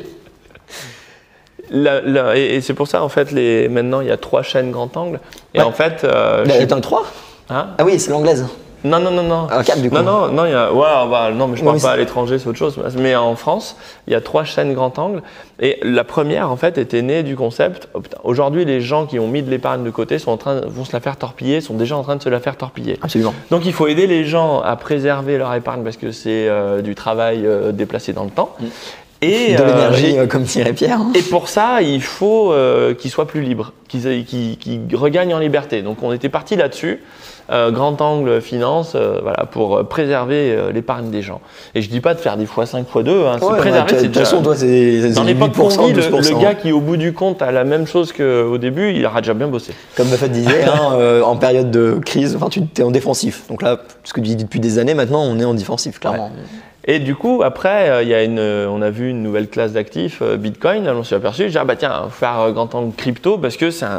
Et c'est pour ça, en fait, maintenant, il y a 3 chaînes grand angle. Et en fait…
T'en as 3
hein?
Ah oui, c'est l'anglaise.
Non.
4 du coup.
Non, il y a, non, mais je parle pas à l'étranger, c'est autre chose. Mais en France, il y a 3 chaînes grand angle. Et la première, en fait, était née du concept. Aujourd'hui, les gens qui ont mis de l'épargne de côté vont se la faire torpiller, sont déjà en train de se la faire torpiller.
Absolument.
Donc, il faut aider les gens à préserver leur épargne parce que c'est du travail déplacé dans le temps. Et
de l'énergie, comme dirait Pierre.
Et pour ça, il faut qu'ils soient plus libres, qu'ils regagnent en liberté. Donc, on était parti là-dessus. Grand angle finance, voilà, pour préserver l'épargne des gens. Et je dis pas de faire des x5, x2, hein, c'est préserver.
De toute façon, toi, c'est
dans l'époque qu'on vit, le gars
hein.
qui, au bout du compte, a la même chose qu'au début, il aura déjà bien bossé.
Comme Buffett disait, en période de crise, tu es en défensif. Donc là, ce que tu dis depuis des années, maintenant, on est en défensif, clairement.
Ouais. Et du coup, après, on a vu une nouvelle classe d'actifs, Bitcoin. On s'est aperçu, j'ai dit, tiens, faire grand angle crypto parce que c'est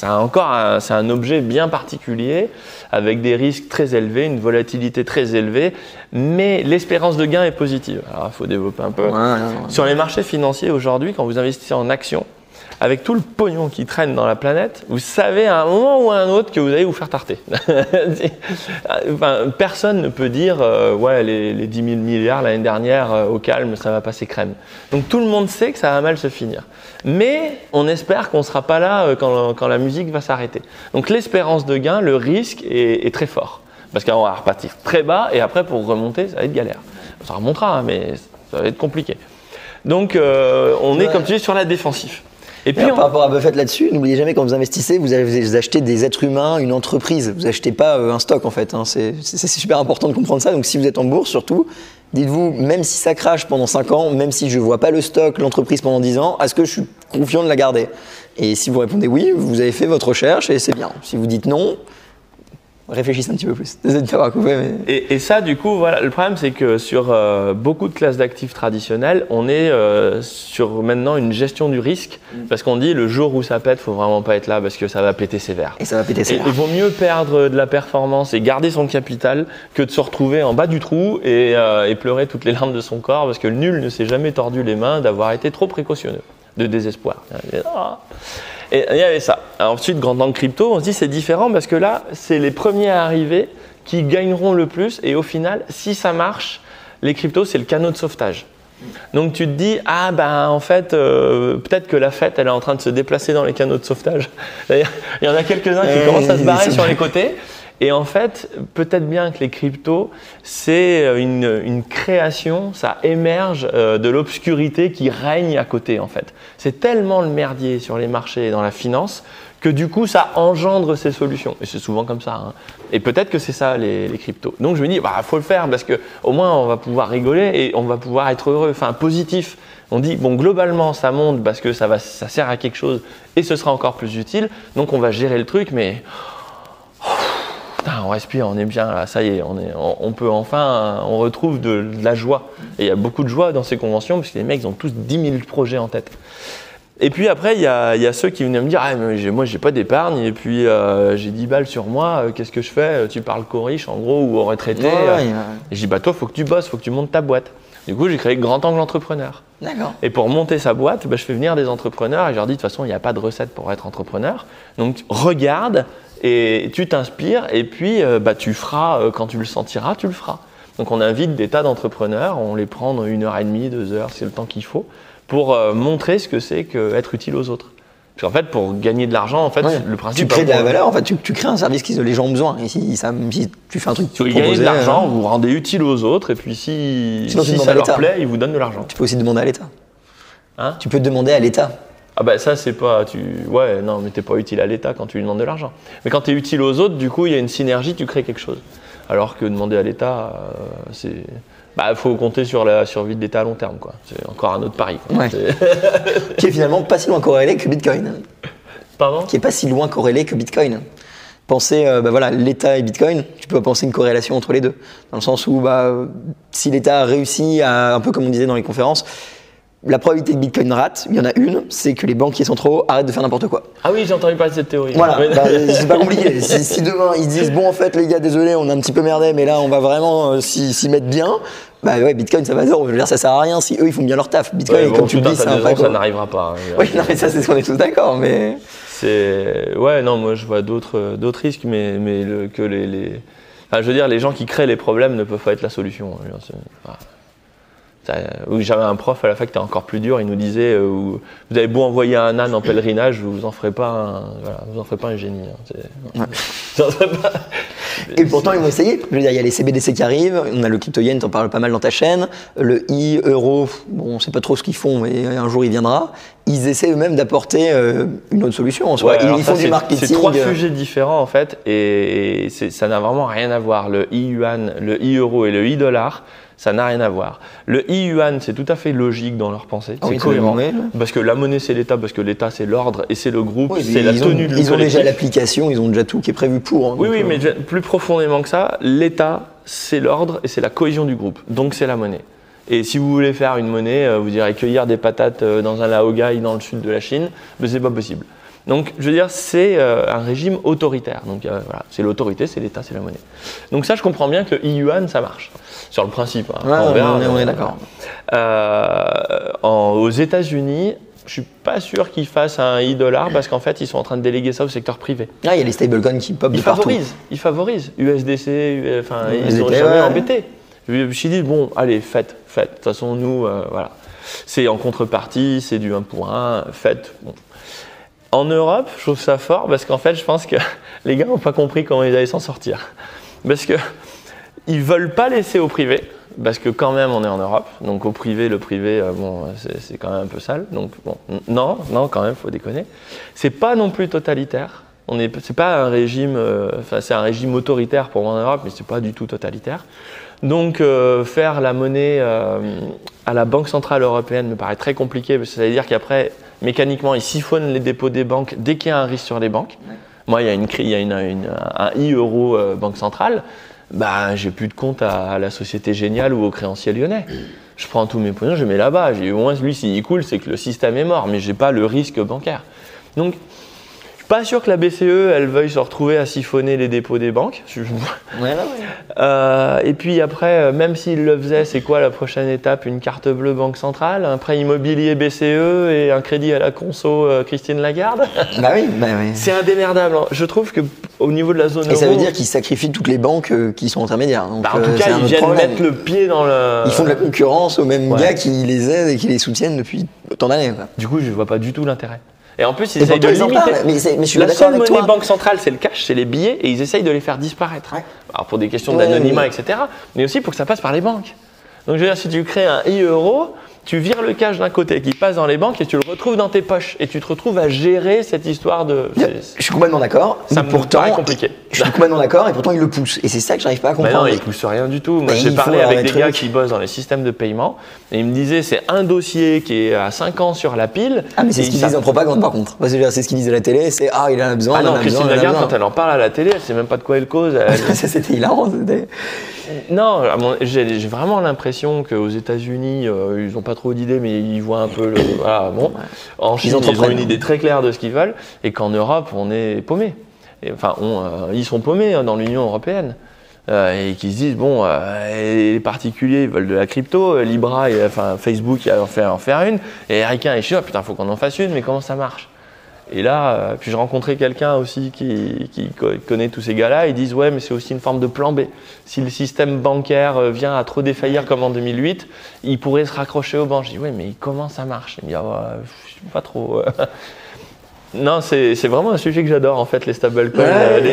un objet bien particulier avec des risques très élevés, une volatilité très élevée, mais l'espérance de gain est positive. Alors, il faut développer un peu. Sur les marchés financiers aujourd'hui, quand vous investissez en actions, avec tout le pognon qui traîne dans la planète, vous savez à un moment ou à un autre que vous allez vous faire tarter. Enfin, personne ne peut dire ouais, les 10 000 milliards l'année dernière, au calme, ça va passer crème. Donc tout le monde sait que ça va mal se finir. Mais on espère qu'on ne sera pas là quand la musique va s'arrêter. Donc l'espérance de gain, le risque est très fort. Parce qu'on va repartir très bas et après pour remonter, ça va être galère. Ça remontera, hein, mais ça va être compliqué. Donc on est, comme tu dis, sur la défensive.
Et puis, par rapport à Buffett là-dessus, n'oubliez jamais quand vous investissez, vous achetez des êtres humains, une entreprise. Vous achetez pas un stock en fait. Hein. C'est super important de comprendre ça. Donc si vous êtes en bourse surtout, dites-vous, même si ça crache pendant 5 ans, même si je vois pas le stock, l'entreprise pendant 10 ans, est-ce que je suis confiant de la garder? Et si vous répondez oui, vous avez fait votre recherche et c'est bien. Si vous dites non, réfléchissez un petit peu plus. Désolé de t'avoir coupé. Mais...
Et ça, du coup, voilà, le problème, c'est que sur beaucoup de classes d'actifs traditionnelles, on est sur maintenant une gestion du risque, parce qu'on dit le jour où ça pète, faut vraiment pas être là parce que ça va péter sévère.
Et ça va péter sévère.
Il vaut mieux perdre de la performance et garder son capital que de se retrouver en bas du trou et pleurer toutes les larmes de son corps parce que le nul ne s'est jamais tordu les mains d'avoir été trop précautionneux, de désespoir. Et il y avait ça. Alors ensuite, grand angle crypto, on se dit c'est différent parce que là, c'est les premiers à arriver qui gagneront le plus. Et au final, si ça marche, les cryptos, c'est le canot de sauvetage. Donc tu te dis, en fait, peut-être que la fête, elle est en train de se déplacer dans les canaux de sauvetage. D'ailleurs, il y en a quelques-uns qui commencent à se barrer sur les côtés. Et en fait, peut-être bien que les cryptos, c'est une création, ça émerge de l'obscurité qui règne à côté en fait. C'est tellement le merdier sur les marchés et dans la finance que du coup, ça engendre ces solutions. Et c'est souvent comme ça. Hein. Et peut-être que c'est ça les cryptos. Donc je me dis, faut le faire parce qu'au moins on va pouvoir rigoler et on va pouvoir être heureux, enfin positif. On dit, bon, globalement, ça monte parce que ça sert à quelque chose et ce sera encore plus utile. Donc on va gérer le truc, mais... Putain, on respire, on est bien là, ça y est, on peut enfin, on retrouve de la joie. Et il y a beaucoup de joie dans ces conventions parce que les mecs ils ont tous 10 000 projets en tête. Et puis après, il y a ceux qui venaient me dire moi, j'ai pas d'épargne, et puis j'ai 10 balles sur moi, qu'est-ce que je fais? Tu parles qu'aux riches, en gros, ou aux retraités. Et je dis toi, faut que tu bosses, faut que tu montes ta boîte. Du coup, j'ai créé Grand Angle Entrepreneur.
D'accord.
Et pour monter sa boîte, je fais venir des entrepreneurs et je leur dis de toute façon, il n'y a pas de recette pour être entrepreneur. Donc, regarde et tu t'inspires, et puis tu feras, quand tu le sentiras, tu le feras. Donc, on invite des tas d'entrepreneurs, on les prend 1h30, 2 heures, c'est le temps qu'il faut, pour montrer ce que c'est qu'être utile aux autres. Parce qu'en fait, pour gagner de l'argent, en fait, le principe…
Tu crées de la valeur, en fait, tu crées un service que les gens ont besoin. Et si tu fais un truc…
Si vous gagnez de l'argent, vous vous rendez utile aux autres, et puis si ça leur plaît, ils vous donnent de l'argent.
Tu peux aussi demander à l'État.
Hein?
Tu peux demander à l'État.
Ah ça, c'est pas… Ouais, non, mais t'es pas utile à l'État quand tu lui demandes de l'argent. Mais quand tu es utile aux autres, du coup, il y a une synergie, tu crées quelque chose. Alors que demander à l'État, c'est… faut compter sur la survie de l'État à long terme, quoi. C'est encore un autre pari, quoi.
Ouais. Qui est finalement pas si loin corrélé que Bitcoin.
Pardon ?
Qui est pas si loin corrélé que Bitcoin. Penser, l'État et Bitcoin, tu peux penser une corrélation entre les deux. Dans le sens où, si l'État a réussi à, un peu comme on disait dans les conférences, la probabilité que Bitcoin rate, il y en a une, c'est que les banquiers centraux arrêtent de faire n'importe quoi.
Ah oui, j'ai entendu parler de cette théorie.
Voilà, c'est pas compliqué. Si demain ils disent bon, en fait les gars, désolé, on a un petit peu merdé, mais là on va vraiment s'y mettre bien, Bitcoin ça va zéro. Je veux dire, ça sert à rien si eux ils font bien leur taf. Bitcoin, comme tu dis, c'est un vrai.
Ça n'arrivera pas.
Oui, non, mais ça c'est ce qu'on est tous d'accord, mais.
Moi je vois d'autres risques, mais je veux dire, les gens qui créent les problèmes ne peuvent pas être la solution. J'avais un prof à la fac qui était encore plus dur, il nous disait vous avez beau envoyer un âne en pèlerinage, vous en ferez pas un génie.
Et pourtant ils vont essayer. Je veux dire, il y a les CBDC qui arrivent, on a le crypto-yen, t'en parles pas mal dans ta chaîne, le euro, on sait pas trop ce qu'ils font, mais un jour il viendra. Ils essaient eux-mêmes d'apporter une autre solution en soi. Ils font du marketing.
C'est 3 sujets différents en fait, et ça n'a vraiment rien à voir. Le e-yuan, le e-euro et le e-dollar, ça n'a rien à voir. Le e-yuan, c'est tout à fait logique dans leur pensée, c'est cohérent. Parce que la monnaie, c'est l'État, parce que l'État, c'est l'ordre et c'est le groupe, c'est la tenue du collectif.
Ils ont déjà l'application, ils ont déjà tout qui est prévu pour.
Oui, mais plus profondément que ça, l'État, c'est l'ordre et c'est la cohésion du groupe. Donc, c'est la monnaie. Et si vous voulez faire une monnaie, vous irez cueillir des patates dans un laogai dans le sud de la Chine, mais c'est pas possible. Donc, je veux dire, c'est un régime autoritaire. Donc, c'est l'autorité, c'est l'État, c'est la monnaie. Donc ça, je comprends bien que le e-yuan, ça marche. Sur le principe.
On est d'accord.
Aux États-Unis, je suis pas sûr qu'ils fassent un e-dollar parce qu'en fait, ils sont en train de déléguer ça au secteur privé.
Il y a les stablecoins qui pop de partout.
Ils favorisent. USDC, ils n'ont jamais embêté. Je me suis dit, bon, allez, faites. De toute façon, nous, voilà. C'est en contrepartie, c'est du 1 pour 1, faites. Bon. En Europe, je trouve ça fort parce qu'en fait, je pense que les gars n'ont pas compris comment ils allaient s'en sortir. Parce qu'ils ne veulent pas laisser au privé, parce que quand même, on est en Europe. Donc au privé, le privé, c'est quand même un peu sale. Donc bon, non, quand même, il faut déconner. C'est pas non plus totalitaire. C'est pas un régime, c'est un régime autoritaire pour moi en Europe, mais c'est pas du tout totalitaire. Donc faire la monnaie à la Banque Centrale Européenne me paraît très compliqué, parce que ça veut dire qu'après, mécaniquement, ils siphonnent les dépôts des banques dès qu'il y a un risque sur les banques. Moi, il y a un e-euro Banque Centrale, j'ai plus de compte à la Société Géniale ou au Créancier Lyonnais. Je prends tous mes pognons, je mets là-bas. Au moins, lui, s'il coule, c'est que le système est mort, mais j'ai pas le risque bancaire. Donc, pas sûr que la BCE, elle veuille se retrouver à siphonner les dépôts des banques. Et puis après, même s'il le faisait, c'est quoi la prochaine étape? Une carte bleue Banque Centrale, un prêt immobilier BCE et un crédit à la conso Christine Lagarde?
Oui.
C'est indémerdable. Je trouve qu'au niveau de la zone euro…
Et ça veut dire qu'ils sacrifient toutes les banques qui sont intermédiaires. Donc,
en tout cas, ils viennent mettre le pied dans le…
Ils font de la concurrence aux mêmes gars qui les aident et qui les soutiennent depuis autant d'années.
Du coup, je vois pas du tout l'intérêt. Et en plus, ils essayent de limiter.
Mais je suis
la seule monnaie banque centrale, c'est le cash, c'est les billets, et ils essayent de les faire disparaître. Ouais. Alors pour des questions d'anonymat, etc., mais aussi pour que ça passe par les banques. Donc je veux dire, si tu crées un e-euro, tu vires le cash d'un côté qui passe dans les banques et tu le retrouves dans tes poches. Et tu te retrouves à gérer cette histoire de…
Je suis complètement d'accord.
Ça me paraît compliqué.
Je suis complètement d'accord et pourtant ils le poussent. Et c'est ça que j'arrive pas à comprendre.
Mais non, ils poussent rien du tout. Moi, j'ai parlé avec des gars qui bossent dans les systèmes de paiement et ils me disaient c'est un dossier qui est à 5 ans sur la pile.
Ah, mais c'est ce qu'ils disent en propagande par contre. C'est ce qu'ils disent à la télé, c'est il en a besoin.
Ah non, Christine Lagarde, quand elle en parle à la télé, elle sait même pas de quoi elle cause.
Ça, c'était hilarant.
Non, j'ai vraiment l'impression qu'aux États-Unis, ils n'ont pas trop d'idées, mais ils voient un peu voilà, bon. En Chine, ils ont une idée très claire de ce qu'ils veulent, et qu'en Europe, on est paumé. Enfin, ils sont paumés dans l'Union européenne. Et qui se disent, bon, les particuliers ils veulent de la crypto, Libra, enfin Facebook, il va en faire une, et les Ricains et Chinois, putain, il faut qu'on en fasse une, mais comment ça marche? Et là, puis je rencontrais quelqu'un aussi qui connaît tous ces gars-là, ils disent, ouais, mais c'est aussi une forme de plan B. Si le système bancaire vient à trop défaillir comme en 2008, il pourrait se raccrocher aux banques. Je dis, ouais, mais comment ça marche? Il me dit, ah, ouais, je sais pas trop. Non, c'est vraiment un sujet que j'adore en fait, les stablecoins,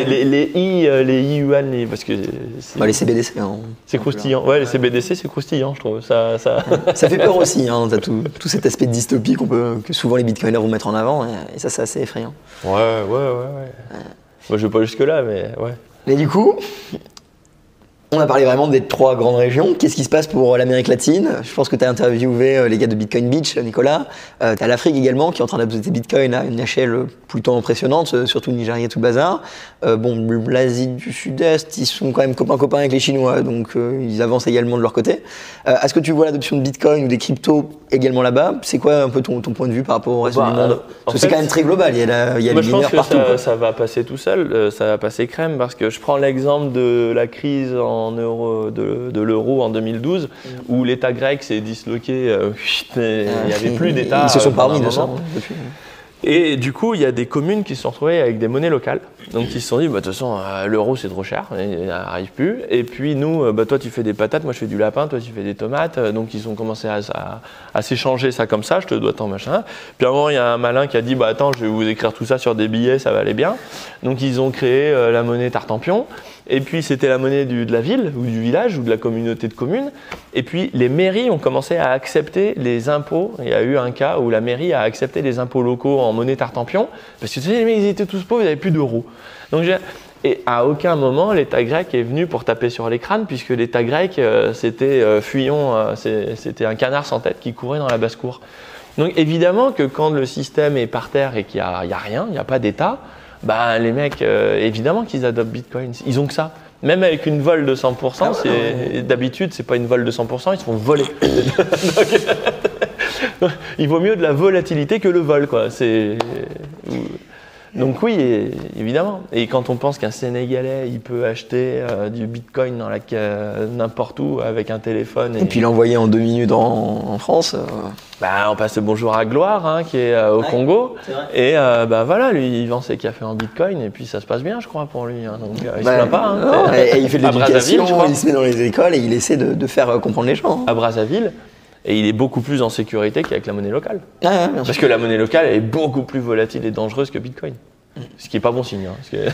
les yuan, parce que
les CBDC. Hein,
c'est croustillant. Ouais, les CBDC, c'est croustillant, je trouve. Ça
fait peur aussi. Hein, t'as tout cet aspect de dystopie que souvent les bitcoiners vont mettre en avant, et ça, c'est assez effrayant.
Ouais. Moi, je vais pas jusque là, mais ouais.
Mais du coup. On a parlé vraiment des 3 grandes régions. Qu'est-ce qui se passe pour l'Amérique latine? Je pense que tu as interviewé les gars de Bitcoin Beach, Nicolas. Tu as l'Afrique également qui est en train d'adopter Bitcoin à une échelle plutôt impressionnante, surtout le Nigeria, tout le bazar. L'Asie du Sud-Est, ils sont quand même copains avec les Chinois, donc ils avancent également de leur côté. Est-ce que tu vois l'adoption de Bitcoin ou des cryptos également là-bas? C'est quoi un peu ton point de vue par rapport au reste du monde? Parce que c'est quand même très global, il y a les mineurs partout.
Ça va passer tout seul, ça va passer crème, parce que je prends l'exemple de la crise de l'euro en 2012, où l'État grec s'est disloqué, il n'y avait plus d'État.
Ils se sont pas remis de ça depuis.
Et du coup, il y a des communes qui se sont retrouvées avec des monnaies locales. Donc, ils se sont dit, de toute façon, l'euro, c'est trop cher, il n'arrive plus. Et puis, nous, toi, tu fais des patates, moi, je fais du lapin, toi, tu fais des tomates. Donc, ils ont commencé à s'échanger ça comme ça, je te dois tant, machin. Puis, à un moment, il y a un malin qui a dit, attends, je vais vous écrire tout ça sur des billets, ça va aller bien. Donc, ils ont créé la monnaie Tartampion. Et puis, c'était la monnaie de la ville, ou du village, ou de la communauté de communes. Et puis, les mairies ont commencé à accepter les impôts. Il y a eu un cas où la mairie a accepté les impôts locaux en monnaie Tartampion, parce que tu sais, les mecs, ils étaient tous pauvres, ils n'avaient plus d'euros. Et à aucun moment, l'État grec est venu pour taper sur les crânes, puisque l'État grec, c'était Fuyon, c'était un canard sans tête qui courait dans la basse-cour. Donc, évidemment que quand le système est par terre et qu'il n'y a rien, il n'y a pas d'État, les mecs, évidemment qu'ils adoptent Bitcoin. Ils ont que ça. Même avec une vol de 100%, d'habitude, c'est pas une vol de 100%, ils se font voler. Donc, il vaut mieux de la volatilité que le vol, quoi. Donc oui, évidemment. Et quand on pense qu'un Sénégalais, il peut acheter du Bitcoin n'importe où avec un téléphone.
Et puis l'envoyer en 2 minutes en France.
On passe le bonjour à Gloire, qui est au Congo. Et voilà, lui, il vend ses cafés en Bitcoin et puis ça se passe bien, je crois, pour lui. Donc il se plaint pas.
Et il fait de l'éducation, il se met dans les écoles et il essaie de faire comprendre les gens.
À Brazzaville. Et il est beaucoup plus en sécurité qu'avec la monnaie locale. Parce que la monnaie locale elle est beaucoup plus volatile et dangereuse que Bitcoin. Ce qui n'est pas bon signe.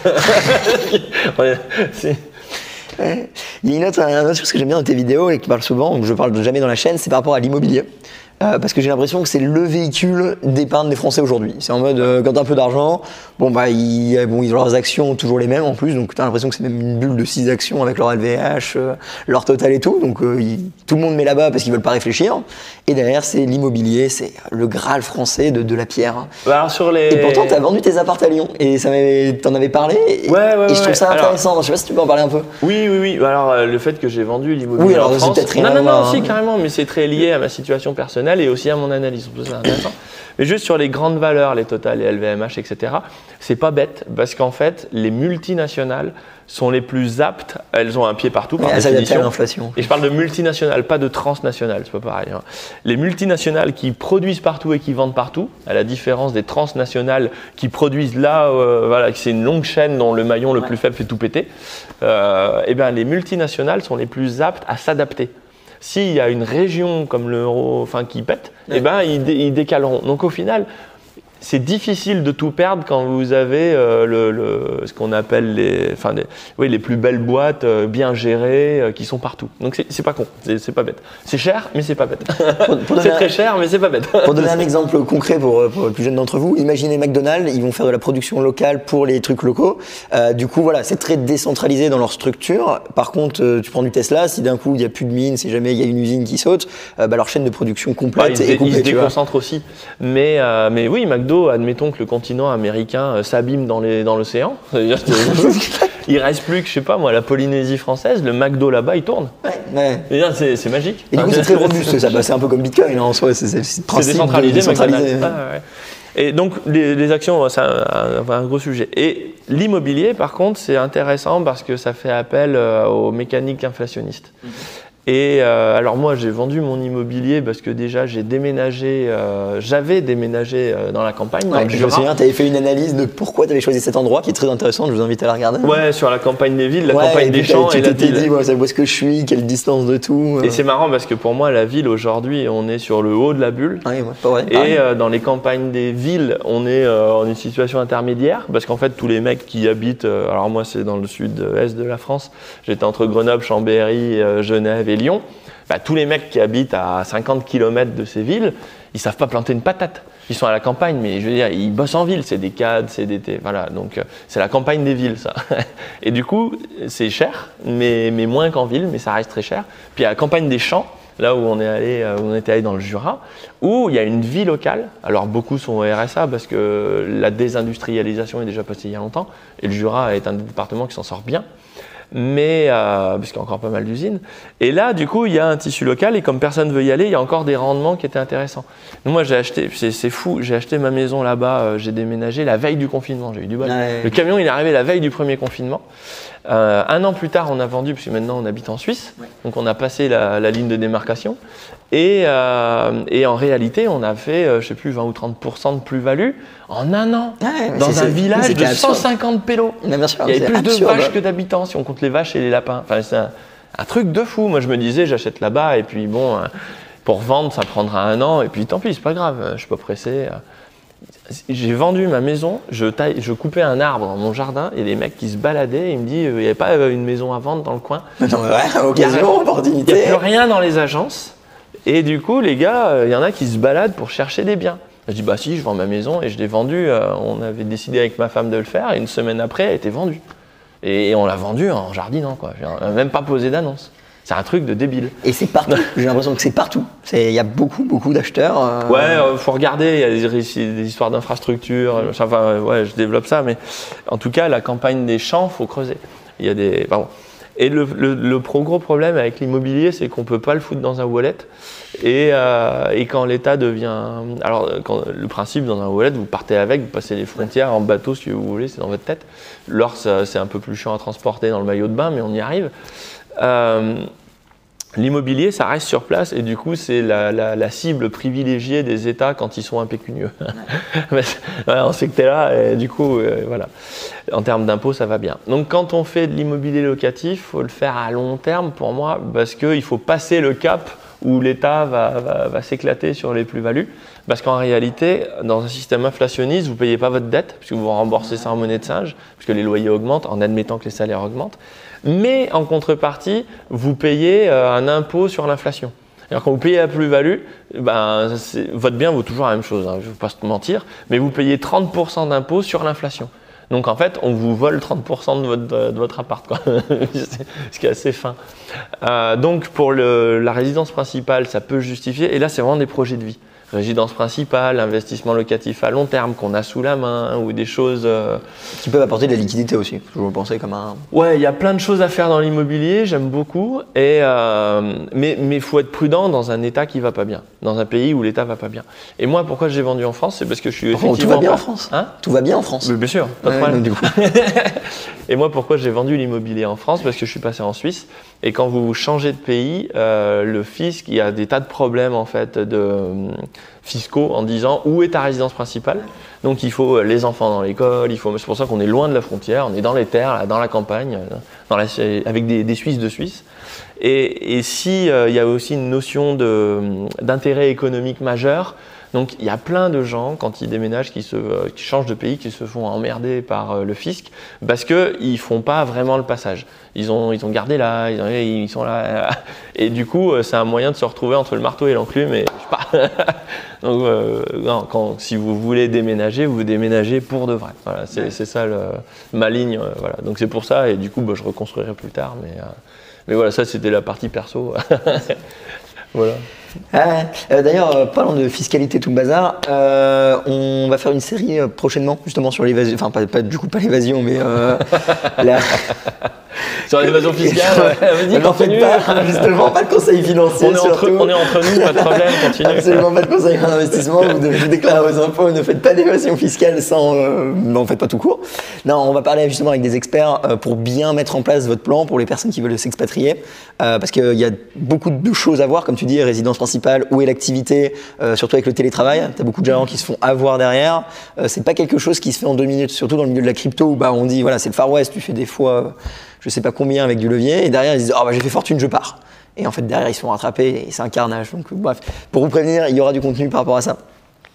Il y a une autre chose que j'aime bien dans tes vidéos et que je parle souvent, je parle jamais dans la chaîne, c'est par rapport à l'immobilier. Parce que j'ai l'impression que c'est le véhicule d'épargne des Français aujourd'hui. C'est en mode, quand tu as un peu d'argent, ils ont leurs actions toujours les mêmes en plus, donc tu as l'impression que c'est même une bulle de 6 actions avec leur LVH, leur total et tout. Donc tout le monde met là-bas parce qu'ils veulent pas réfléchir. Et derrière, c'est l'immobilier, c'est le Graal français de la pierre. Et pourtant, tu as vendu tes apparts à Lyon et t'en avais parlé. Et je trouve ça intéressant. Alors, je sais pas si tu peux en parler un peu.
Oui. Alors, le fait que j'ai vendu l'immobilier en France.
C'est peut-être
Non, si, carrément, mais c'est très lié à ma situation personnelle et aussi à mon analyse. C'est intéressant. Mais juste sur les grandes valeurs, les Total, les LVMH, etc., c'est pas bête parce qu'en fait, les multinationales sont les plus aptes, elles ont un pied partout par définition.
L'inflation.
Et je parle de multinationales, pas de transnationales, c'est pas pareil. Les multinationales qui produisent partout et qui vendent partout, à la différence des transnationales qui produisent là, c'est une longue chaîne dont le maillon le plus faible fait tout péter, les multinationales sont les plus aptes à s'adapter. S'il y a une région comme l'euro qui pète, ils décaleront. Donc au final, c'est difficile de tout perdre quand vous avez ce qu'on appelle les plus belles boîtes bien gérées qui sont partout. Donc c'est pas con, c'est pas bête. C'est cher, mais c'est pas bête. C'est très cher, mais c'est pas bête.
Pour donner un exemple concret pour les plus jeunes d'entre vous, imaginez McDonald's, ils vont faire de la production locale pour les trucs locaux. Du coup, c'est très décentralisé dans leur structure. Par contre, tu prends du Tesla, si d'un coup il n'y a plus de mine, si jamais il y a une usine qui saute, leur chaîne de production complète est coupée.
Ils se déconcentrent aussi. Mais oui, McDo, admettons que le continent américain s'abîme dans l'océan. Il reste plus que, je sais pas moi, la Polynésie française, le McDo là-bas, il tourne.
Ouais.
C'est magique.
Et du coup, c'est très robuste, ça. C'est un peu comme Bitcoin, en soi. C'est
décentralisé. Et donc, les actions, c'est un gros sujet. Et l'immobilier, par contre, c'est intéressant parce que ça fait appel aux mécaniques inflationnistes. Et alors moi, j'ai vendu mon immobilier parce que déjà, j'avais déménagé dans la campagne, dans le Jura.
Je me souviens, tu avais fait une analyse de pourquoi tu avais choisi cet endroit qui est très intéressante, je vous invite à la regarder.
Ouais, sur la campagne des villes, la campagne des champs et la ville. Tu t'es dit,
où est-ce que je suis, quelle distance de tout.
Et c'est marrant parce que pour moi, la ville, aujourd'hui, on est sur le haut de la bulle. Et dans les campagnes des villes, on est en une situation intermédiaire parce qu'en fait, tous les mecs qui habitent, alors moi, c'est dans le sud-est de la France, j'étais entre Grenoble, Chambéry, Genève et Lyon, tous les mecs qui habitent à 50 km de ces villes, ils savent pas planter une patate. Ils sont à la campagne, mais je veux dire, ils bossent en ville, c'est des cadres, c'est des... Voilà, donc c'est la campagne des villes, ça. Et du coup, c'est cher, mais moins qu'en ville, mais ça reste très cher. Puis à la campagne des champs, là où on était allé dans le Jura, où il y a une vie locale. Alors beaucoup sont au RSA parce que la désindustrialisation est déjà passée il y a longtemps, et le Jura est un département qui s'en sort bien. Mais parce qu'il y a encore pas mal d'usines. Et là, du coup, il y a un tissu local et comme personne ne veut y aller, il y a encore des rendements qui étaient intéressants. Donc moi, j'ai acheté, c'est fou, j'ai acheté ma maison là-bas, j'ai déménagé la veille du confinement, j'ai eu du bol. Le camion, il est arrivé la veille du premier confinement. Un an plus tard, on a vendu, parce que maintenant on habite en Suisse, donc on a passé la ligne de démarcation. Et en réalité, on a fait, je sais plus, 20 ou 30% de plus-value en un an, dans un village de 150 pélos. Il y avait plus de vaches que d'habitants, si on compte les vaches et les lapins. Enfin, c'est un truc de fou. Moi, je me disais, j'achète là-bas, et puis bon, pour vendre, ça prendra un an, et puis tant pis, c'est pas grave, je suis pas pressé. J'ai vendu ma maison, je coupais un arbre dans mon jardin et les mecs qui se baladaient, ils me disent il n'y avait pas une maison à vendre dans le coin.
Occasion, opportunité.
Il n'y a plus rien dans les agences. Et du coup, les gars, il y en a qui se baladent pour chercher des biens. Je dis bah si, je vends ma maison et je l'ai vendue. On avait décidé avec ma femme de le faire et une semaine après, elle a été vendue. Et on l'a vendue en jardinant, quoi. On n'a même pas posé d'annonce. C'est un truc de débile.
Et c'est partout. J'ai l'impression que c'est partout. Il y a beaucoup d'acheteurs.
Ouais, faut regarder. Il y a des histoires d'infrastructures. Enfin, ouais, je développe ça, mais en tout cas, la campagne des champs, faut creuser. Il y a des. Pardon. Et le gros problème avec l'immobilier, c'est qu'on peut pas le foutre dans un wallet. Et quand l'État devient, alors le principe dans un wallet, vous partez avec, vous passez les frontières en bateau, si vous voulez, c'est dans votre tête. L'or, c'est un peu plus chiant à transporter dans le maillot de bain, mais on y arrive. L'immobilier, ça reste sur place et du coup, c'est la cible privilégiée des États quand ils sont impécunieux. On sait que tu es là et du coup, voilà. En termes d'impôts, ça va bien. Donc, quand on fait de l'immobilier locatif, il faut le faire à long terme pour moi parce qu'il faut passer le cap où l'État va s'éclater sur les plus-values. Parce qu'en réalité, dans un système inflationniste, vous ne payez pas votre dette puisque vous remboursez ça en monnaie de singe, puisque les loyers augmentent en admettant que les salaires augmentent. Mais en contrepartie, vous payez un impôt sur l'inflation. Alors quand vous payez la plus-value, votre bien vaut toujours la même chose, hein, je ne vais pas se mentir, mais vous payez 30% d'impôt sur l'inflation. Donc en fait, on vous vole 30% de votre appart, quoi. Ce qui est assez fin. Donc pour la résidence principale, ça peut justifier, et là c'est vraiment des projets de vie. Résidence principale, investissement locatif à long terme qu'on a sous la main ou des choses…
Qui peuvent apporter de la liquidité aussi, je vous pensais comme un…
Ouais, il y a plein de choses à faire dans l'immobilier, j'aime beaucoup, mais il faut être prudent dans un État qui ne va pas bien, dans un pays où l'État ne va pas bien. Et moi, pourquoi j'ai vendu en France, c'est parce que je suis effectivement…
Tout va bien en France, hein? Tout va bien en France.
Mais bien sûr, pas de problème. Du coup. Et moi, pourquoi j'ai vendu l'immobilier en France? Parce que je suis passé en Suisse. Et quand vous changez de pays, le fisc, il y a des tas de problèmes en fait fiscaux en disant où est ta résidence principale. Donc il faut les enfants dans l'école, c'est pour ça qu'on est loin de la frontière, on est dans les terres, là, dans la campagne, avec des Suisses de Suisse. Et si il y a aussi une notion d'intérêt économique majeur. Donc il y a plein de gens, quand ils déménagent, qui changent de pays, qui se font emmerder par le fisc parce qu'ils ne font pas vraiment le passage. Ils ont gardé là, ils sont là. Et du coup, c'est un moyen de se retrouver entre le marteau et l'enclume. Et, je sais pas. Donc, non, si vous voulez déménager, vous déménagez pour de vrai. Voilà, c'est ça ma ligne. Voilà. Donc c'est pour ça, et du coup, je reconstruirai plus tard. Mais voilà, ça c'était la partie perso. Voilà.
D'ailleurs, parlant de fiscalité tout le bazar, on va faire une série prochainement justement sur l'évasion, enfin pas l'évasion, mais
sur l'évasion fiscale. Vas-y, continue.
Justement, pas de conseil financier.
On est entre nous, pas de problème, continue.
Absolument pas de conseil en investissement. Vous devez vous déclarer vos impôts. Ne faites pas d'évasion fiscale sans. Non, faites pas tout court. Non, on va parler justement avec des experts pour bien mettre en place votre plan pour les personnes qui veulent s'expatrier, parce qu'il y a beaucoup de choses à voir, comme tu dis, résidence principale, où est l'activité, surtout avec le télétravail. T'as beaucoup de gens qui se font avoir derrière. C'est pas quelque chose qui se fait en 2 minutes, surtout dans le milieu de la crypto où on dit voilà, c'est le Far West, tu fais des fois je sais pas combien avec du levier, et derrière ils disent j'ai fait fortune, je pars. Et en fait derrière ils se font rattraper et c'est un carnage. Donc bref, pour vous prévenir, il y aura du contenu par rapport à ça.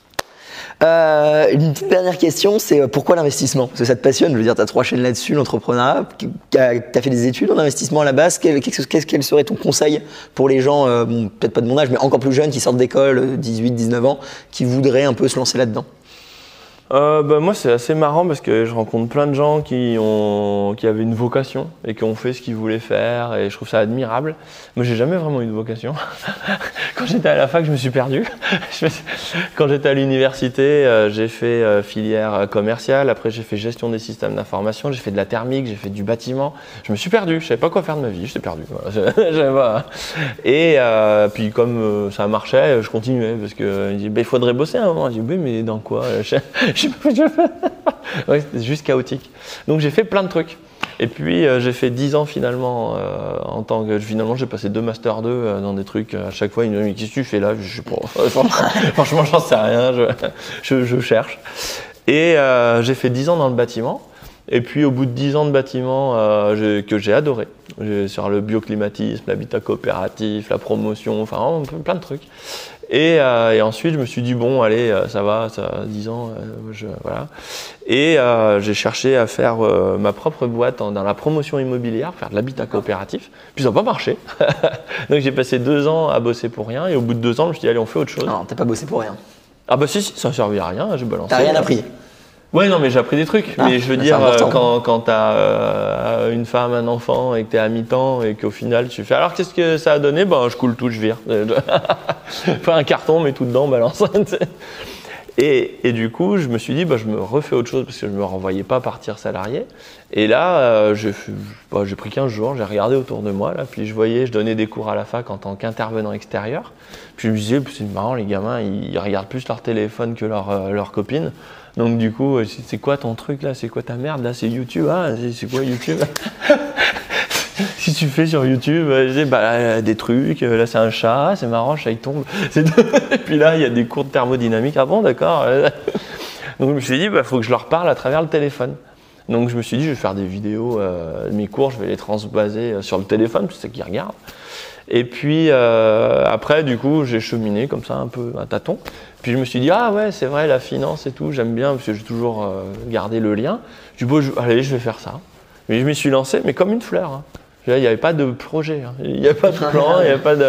Une petite dernière question, c'est pourquoi l'investissement? Parce que ça te passionne, je veux dire, tu as 3 chaînes là-dessus, l'entrepreneuriat, tu as fait des études en investissement à la base, quel serait ton conseil pour les gens, peut-être pas de mon âge, mais encore plus jeunes, qui sortent d'école, 18, 19 ans, qui voudraient un peu se lancer là-dedans?
Moi c'est assez marrant parce que je rencontre plein de gens qui avaient une vocation et qui ont fait ce qu'ils voulaient faire et je trouve ça admirable. Moi j'ai jamais vraiment eu de vocation. Quand j'étais à la fac je me suis perdu. Quand j'étais à l'université j'ai fait filière commerciale, après j'ai fait gestion des systèmes d'information, j'ai fait de la thermique, j'ai fait du bâtiment. Je me suis perdu, je savais pas quoi faire de ma vie, j'étais perdu. Voilà. Et puis comme ça marchait, je continuais parce que il faudrait bosser à un moment. J'ai dit mais dans quoi? Ouais, c'était juste chaotique. Donc j'ai fait plein de trucs. Et puis j'ai fait 10 ans finalement en tant que. Finalement j'ai passé 2 Master 2 dans des trucs. À chaque fois, ils me disent qu'est-ce que tu fais là? Je sais pas. Franchement, j'en sais rien. Je cherche. Et j'ai fait 10 ans dans le bâtiment. Et puis au bout de 10 ans de bâtiment que j'ai adoré, sur le bioclimatisme, l'habitat coopératif, la promotion, enfin plein de trucs. Et ensuite je me suis dit bon allez ça va 10 ans voilà. Et j'ai cherché à faire ma propre boîte dans la promotion immobilière, faire de l'habitat coopératif. Puis ça n'a pas marché. Donc j'ai passé 2 ans à bosser pour rien et au bout de 2 ans je me suis dit allez on fait autre chose.
Non, t'as pas bossé pour rien.
Ah bah si ça ne servait à rien, j'ai balancé.
T'as rien appris?
Ouais, non, mais j'ai appris des trucs. Mais je veux dire, quand tu une femme, un enfant et que tu es à mi-temps et qu'au final tu fais alors qu'est-ce que ça a donné? Je coule tout, je vire. Fais un carton, mets tout dedans, balance. Et du coup, je me suis dit, je me refais autre chose parce que je ne me renvoyais pas partir salarié. Et là, j'ai pris 15 jours, j'ai regardé autour de moi, là, puis je donnais des cours à la fac en tant qu'intervenant extérieur. Puis je me disais, c'est marrant, les gamins, ils regardent plus leur téléphone que leurs copines. Donc du coup, c'est quoi ton truc là? C'est quoi ta merde là? C'est YouTube? Ah, c'est quoi YouTube? Si tu fais sur YouTube, des trucs, là c'est un chat, c'est marrant, le chat il tombe. Et puis là, il y a des cours de thermodynamique. Ah bon, d'accord. Donc je me suis dit, faut que je leur parle à travers le téléphone. Donc je me suis dit, je vais faire des vidéos, mes cours, je vais les transbaser sur le téléphone, c'est ça qu'ils regardent. Et puis après, du coup, j'ai cheminé comme ça un peu à tâtons. Puis je me suis dit, ah ouais, c'est vrai, la finance et tout, j'aime bien parce que j'ai toujours gardé le lien. Je me suis dit, allez, je vais faire ça. Mais je m'y suis lancé, mais comme une fleur. Hein. Il n'y avait pas de projet, hein. Il n'y a pas de plan, il n'y a pas de...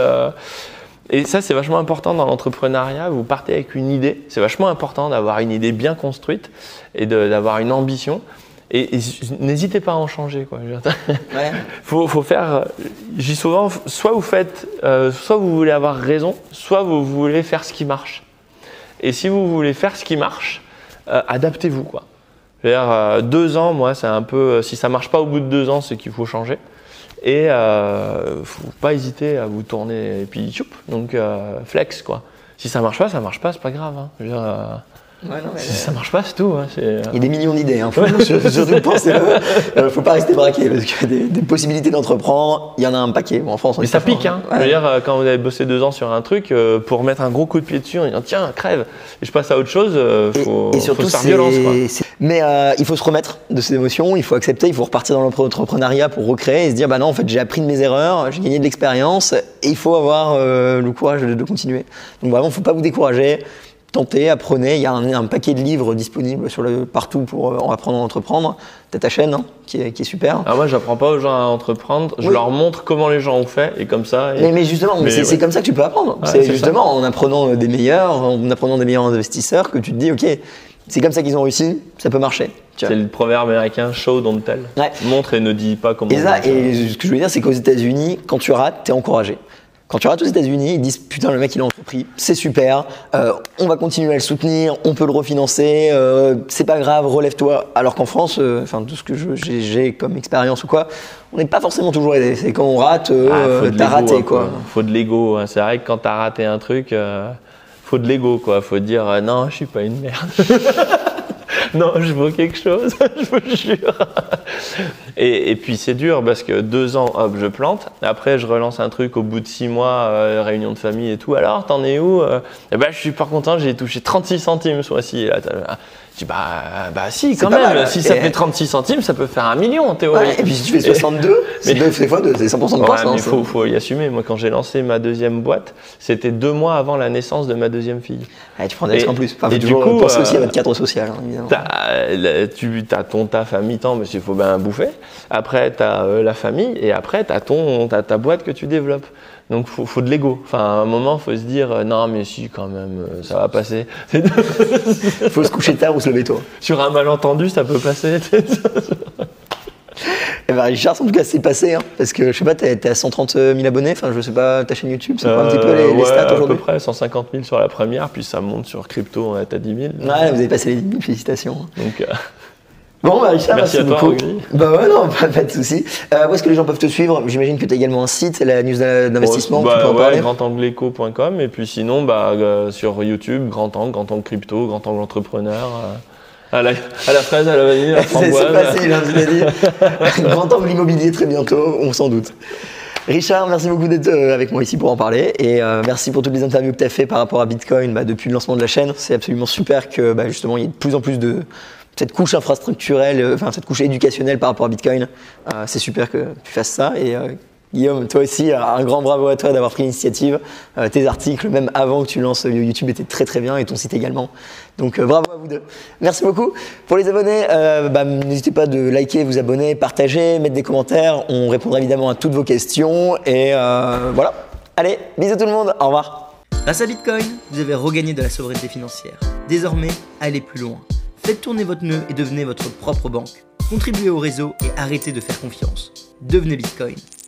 Et ça, c'est vachement important dans l'entrepreneuriat. Vous partez avec une idée. C'est vachement important d'avoir une idée bien construite et d'avoir une ambition. Et n'hésitez pas à en changer, quoi.
Ouais.
Faut faire. Je dis souvent, soit vous faites, soit vous voulez avoir raison, soit vous voulez faire ce qui marche. Et si vous voulez faire ce qui marche, adaptez-vous, quoi. C'est-à-dire 2 ans, moi, c'est un peu. Si ça marche pas au bout de 2 ans, c'est qu'il faut changer. Et faut pas hésiter à vous tourner et puis choup. Donc flex, quoi. Si ça marche pas, c'est pas grave. Hein. Je veux dire, si ça marche pas, c'est tout. Hein.
Il y a des millions d'idées. Hein. Surtout penser. Faut pas rester braqué parce que des possibilités d'entreprendre, il y en a un paquet. Bon, en France,
mais ça pique. Hein. Ouais. Je veux dire, quand vous avez bossé 2 ans sur un truc, pour mettre un gros coup de pied dessus, en disant tiens, crève, et je passe à autre chose, faut se faire violence. Quoi.
Mais il faut se remettre de ces émotions, il faut accepter, il faut repartir dans l'entrepreneuriat pour recréer et se dire bah non, en fait, j'ai appris de mes erreurs, j'ai gagné de l'expérience et il faut avoir le courage de continuer. Donc vraiment, faut pas vous décourager. Tentez, apprenez, il y a un paquet de livres disponibles partout pour apprendre à entreprendre. T'as ta chaîne hein, qui est super.
Alors moi, j'apprends pas aux gens à entreprendre, je leur montre comment les gens ont fait et comme ça.
Mais justement, c'est comme ça que tu peux apprendre. Ouais, c'est justement ça. En apprenant des meilleurs investisseurs que tu te dis ok, c'est comme ça qu'ils ont réussi, ça peut marcher.
C'est le proverbe américain show don't tell. Ouais. Montre et ne dis pas comment.
Et ce que je veux dire, c'est qu'aux États-Unis, quand tu rates, t'es encouragé. Quand tu rates aux États-Unis, ils disent putain, le mec il a entrepris, c'est super, on va continuer à le soutenir, on peut le refinancer, c'est pas grave, relève-toi. Alors qu'en France, enfin tout ce que j'ai comme expérience ou quoi, on n'est pas forcément toujours aidé. C'est quand on rate, t'as raté quoi.
Faut de l'ego. Hein. C'est vrai que quand t'as raté un truc, faut de l'ego quoi. Faut dire non, je suis pas une merde. Non, je vaux quelque chose, je vous jure. Et puis c'est dur parce que 2 ans, hop, je plante. Après, je relance un truc au bout de 6 mois, réunion de famille et tout. Alors, t'en es où? Eh ben, je suis pas content, j'ai touché 36 centimes ce mois-ci. Je dis bah si, quand même. Mal, si ça fait 36 centimes, ça peut faire 1 million en théorie.
Ouais, et puis si tu fais 62, c'est 2 fois 2, c'est 100% de croissance.
Mais faut y assumer. Moi, quand j'ai lancé ma 2e boîte, c'était 2 mois avant la naissance de ma 2e fille.
Ouais, tu prends des risques en plus. Enfin, et du coup, penser aussi à votre cadre social, hein, évidemment.
T'as ton taf à mi-temps, mais il faut bien bouffer. Après, t'as la famille, et après, t'as ta boîte que tu développes. Donc, faut de l'ego. Enfin, à un moment, faut se dire, non, mais si, quand même, ça va passer.
Faut se coucher tard ou se lever tôt.
Sur un malentendu, ça peut passer.
Eh ben Richard, en tout cas, c'est passé, hein, parce que je sais pas, t'es à 130 000 abonnés, enfin, je sais pas, ta chaîne YouTube, c'est quoi un petit peu les stats aujourd'hui?
À peu près 150 000 sur la première, puis ça monte sur crypto, on est à 10 000.
Ouais, vous avez passé les 10 000, félicitations.
Donc,
bon, bah Richard,
merci à toi,
beaucoup. Bah ouais, non, pas de soucis. Où est-ce que les gens peuvent te suivre? J'imagine que tu as également un site, la news d'investissement.
Tu peux en parler. grandangleco.com, et puis sinon, sur YouTube, Grand Angle Crypto, Grand Angle Entrepreneur. À la fraise, à la vanille, à la framboise.
C'est facile, hein, tu l'as dit. Grand Angle Immobilier très bientôt, on s'en doute. Richard, merci beaucoup d'être avec moi ici pour en parler, et merci pour toutes les interviews que tu as fait par rapport à Bitcoin depuis le lancement de la chaîne. C'est absolument super que justement il y ait de plus en plus de cette couche infrastructurelle, cette couche éducationnelle par rapport à Bitcoin. C'est super que tu fasses ça, et Guillaume, toi aussi, un grand bravo à toi d'avoir pris l'initiative. Tes articles, même avant que tu lances YouTube, étaient très très bien, et ton site également. Donc bravo à vous deux. Merci beaucoup. Pour les abonnés, n'hésitez pas de liker, vous abonner, partager, mettre des commentaires. On répondra évidemment à toutes vos questions. Et voilà. Allez, bisous tout le monde. Au revoir. Grâce à Bitcoin, vous avez regagné de la souveraineté financière. Désormais, allez plus loin. Faites tourner votre nœud et devenez votre propre banque. Contribuez au réseau et arrêtez de faire confiance. Devenez Bitcoin.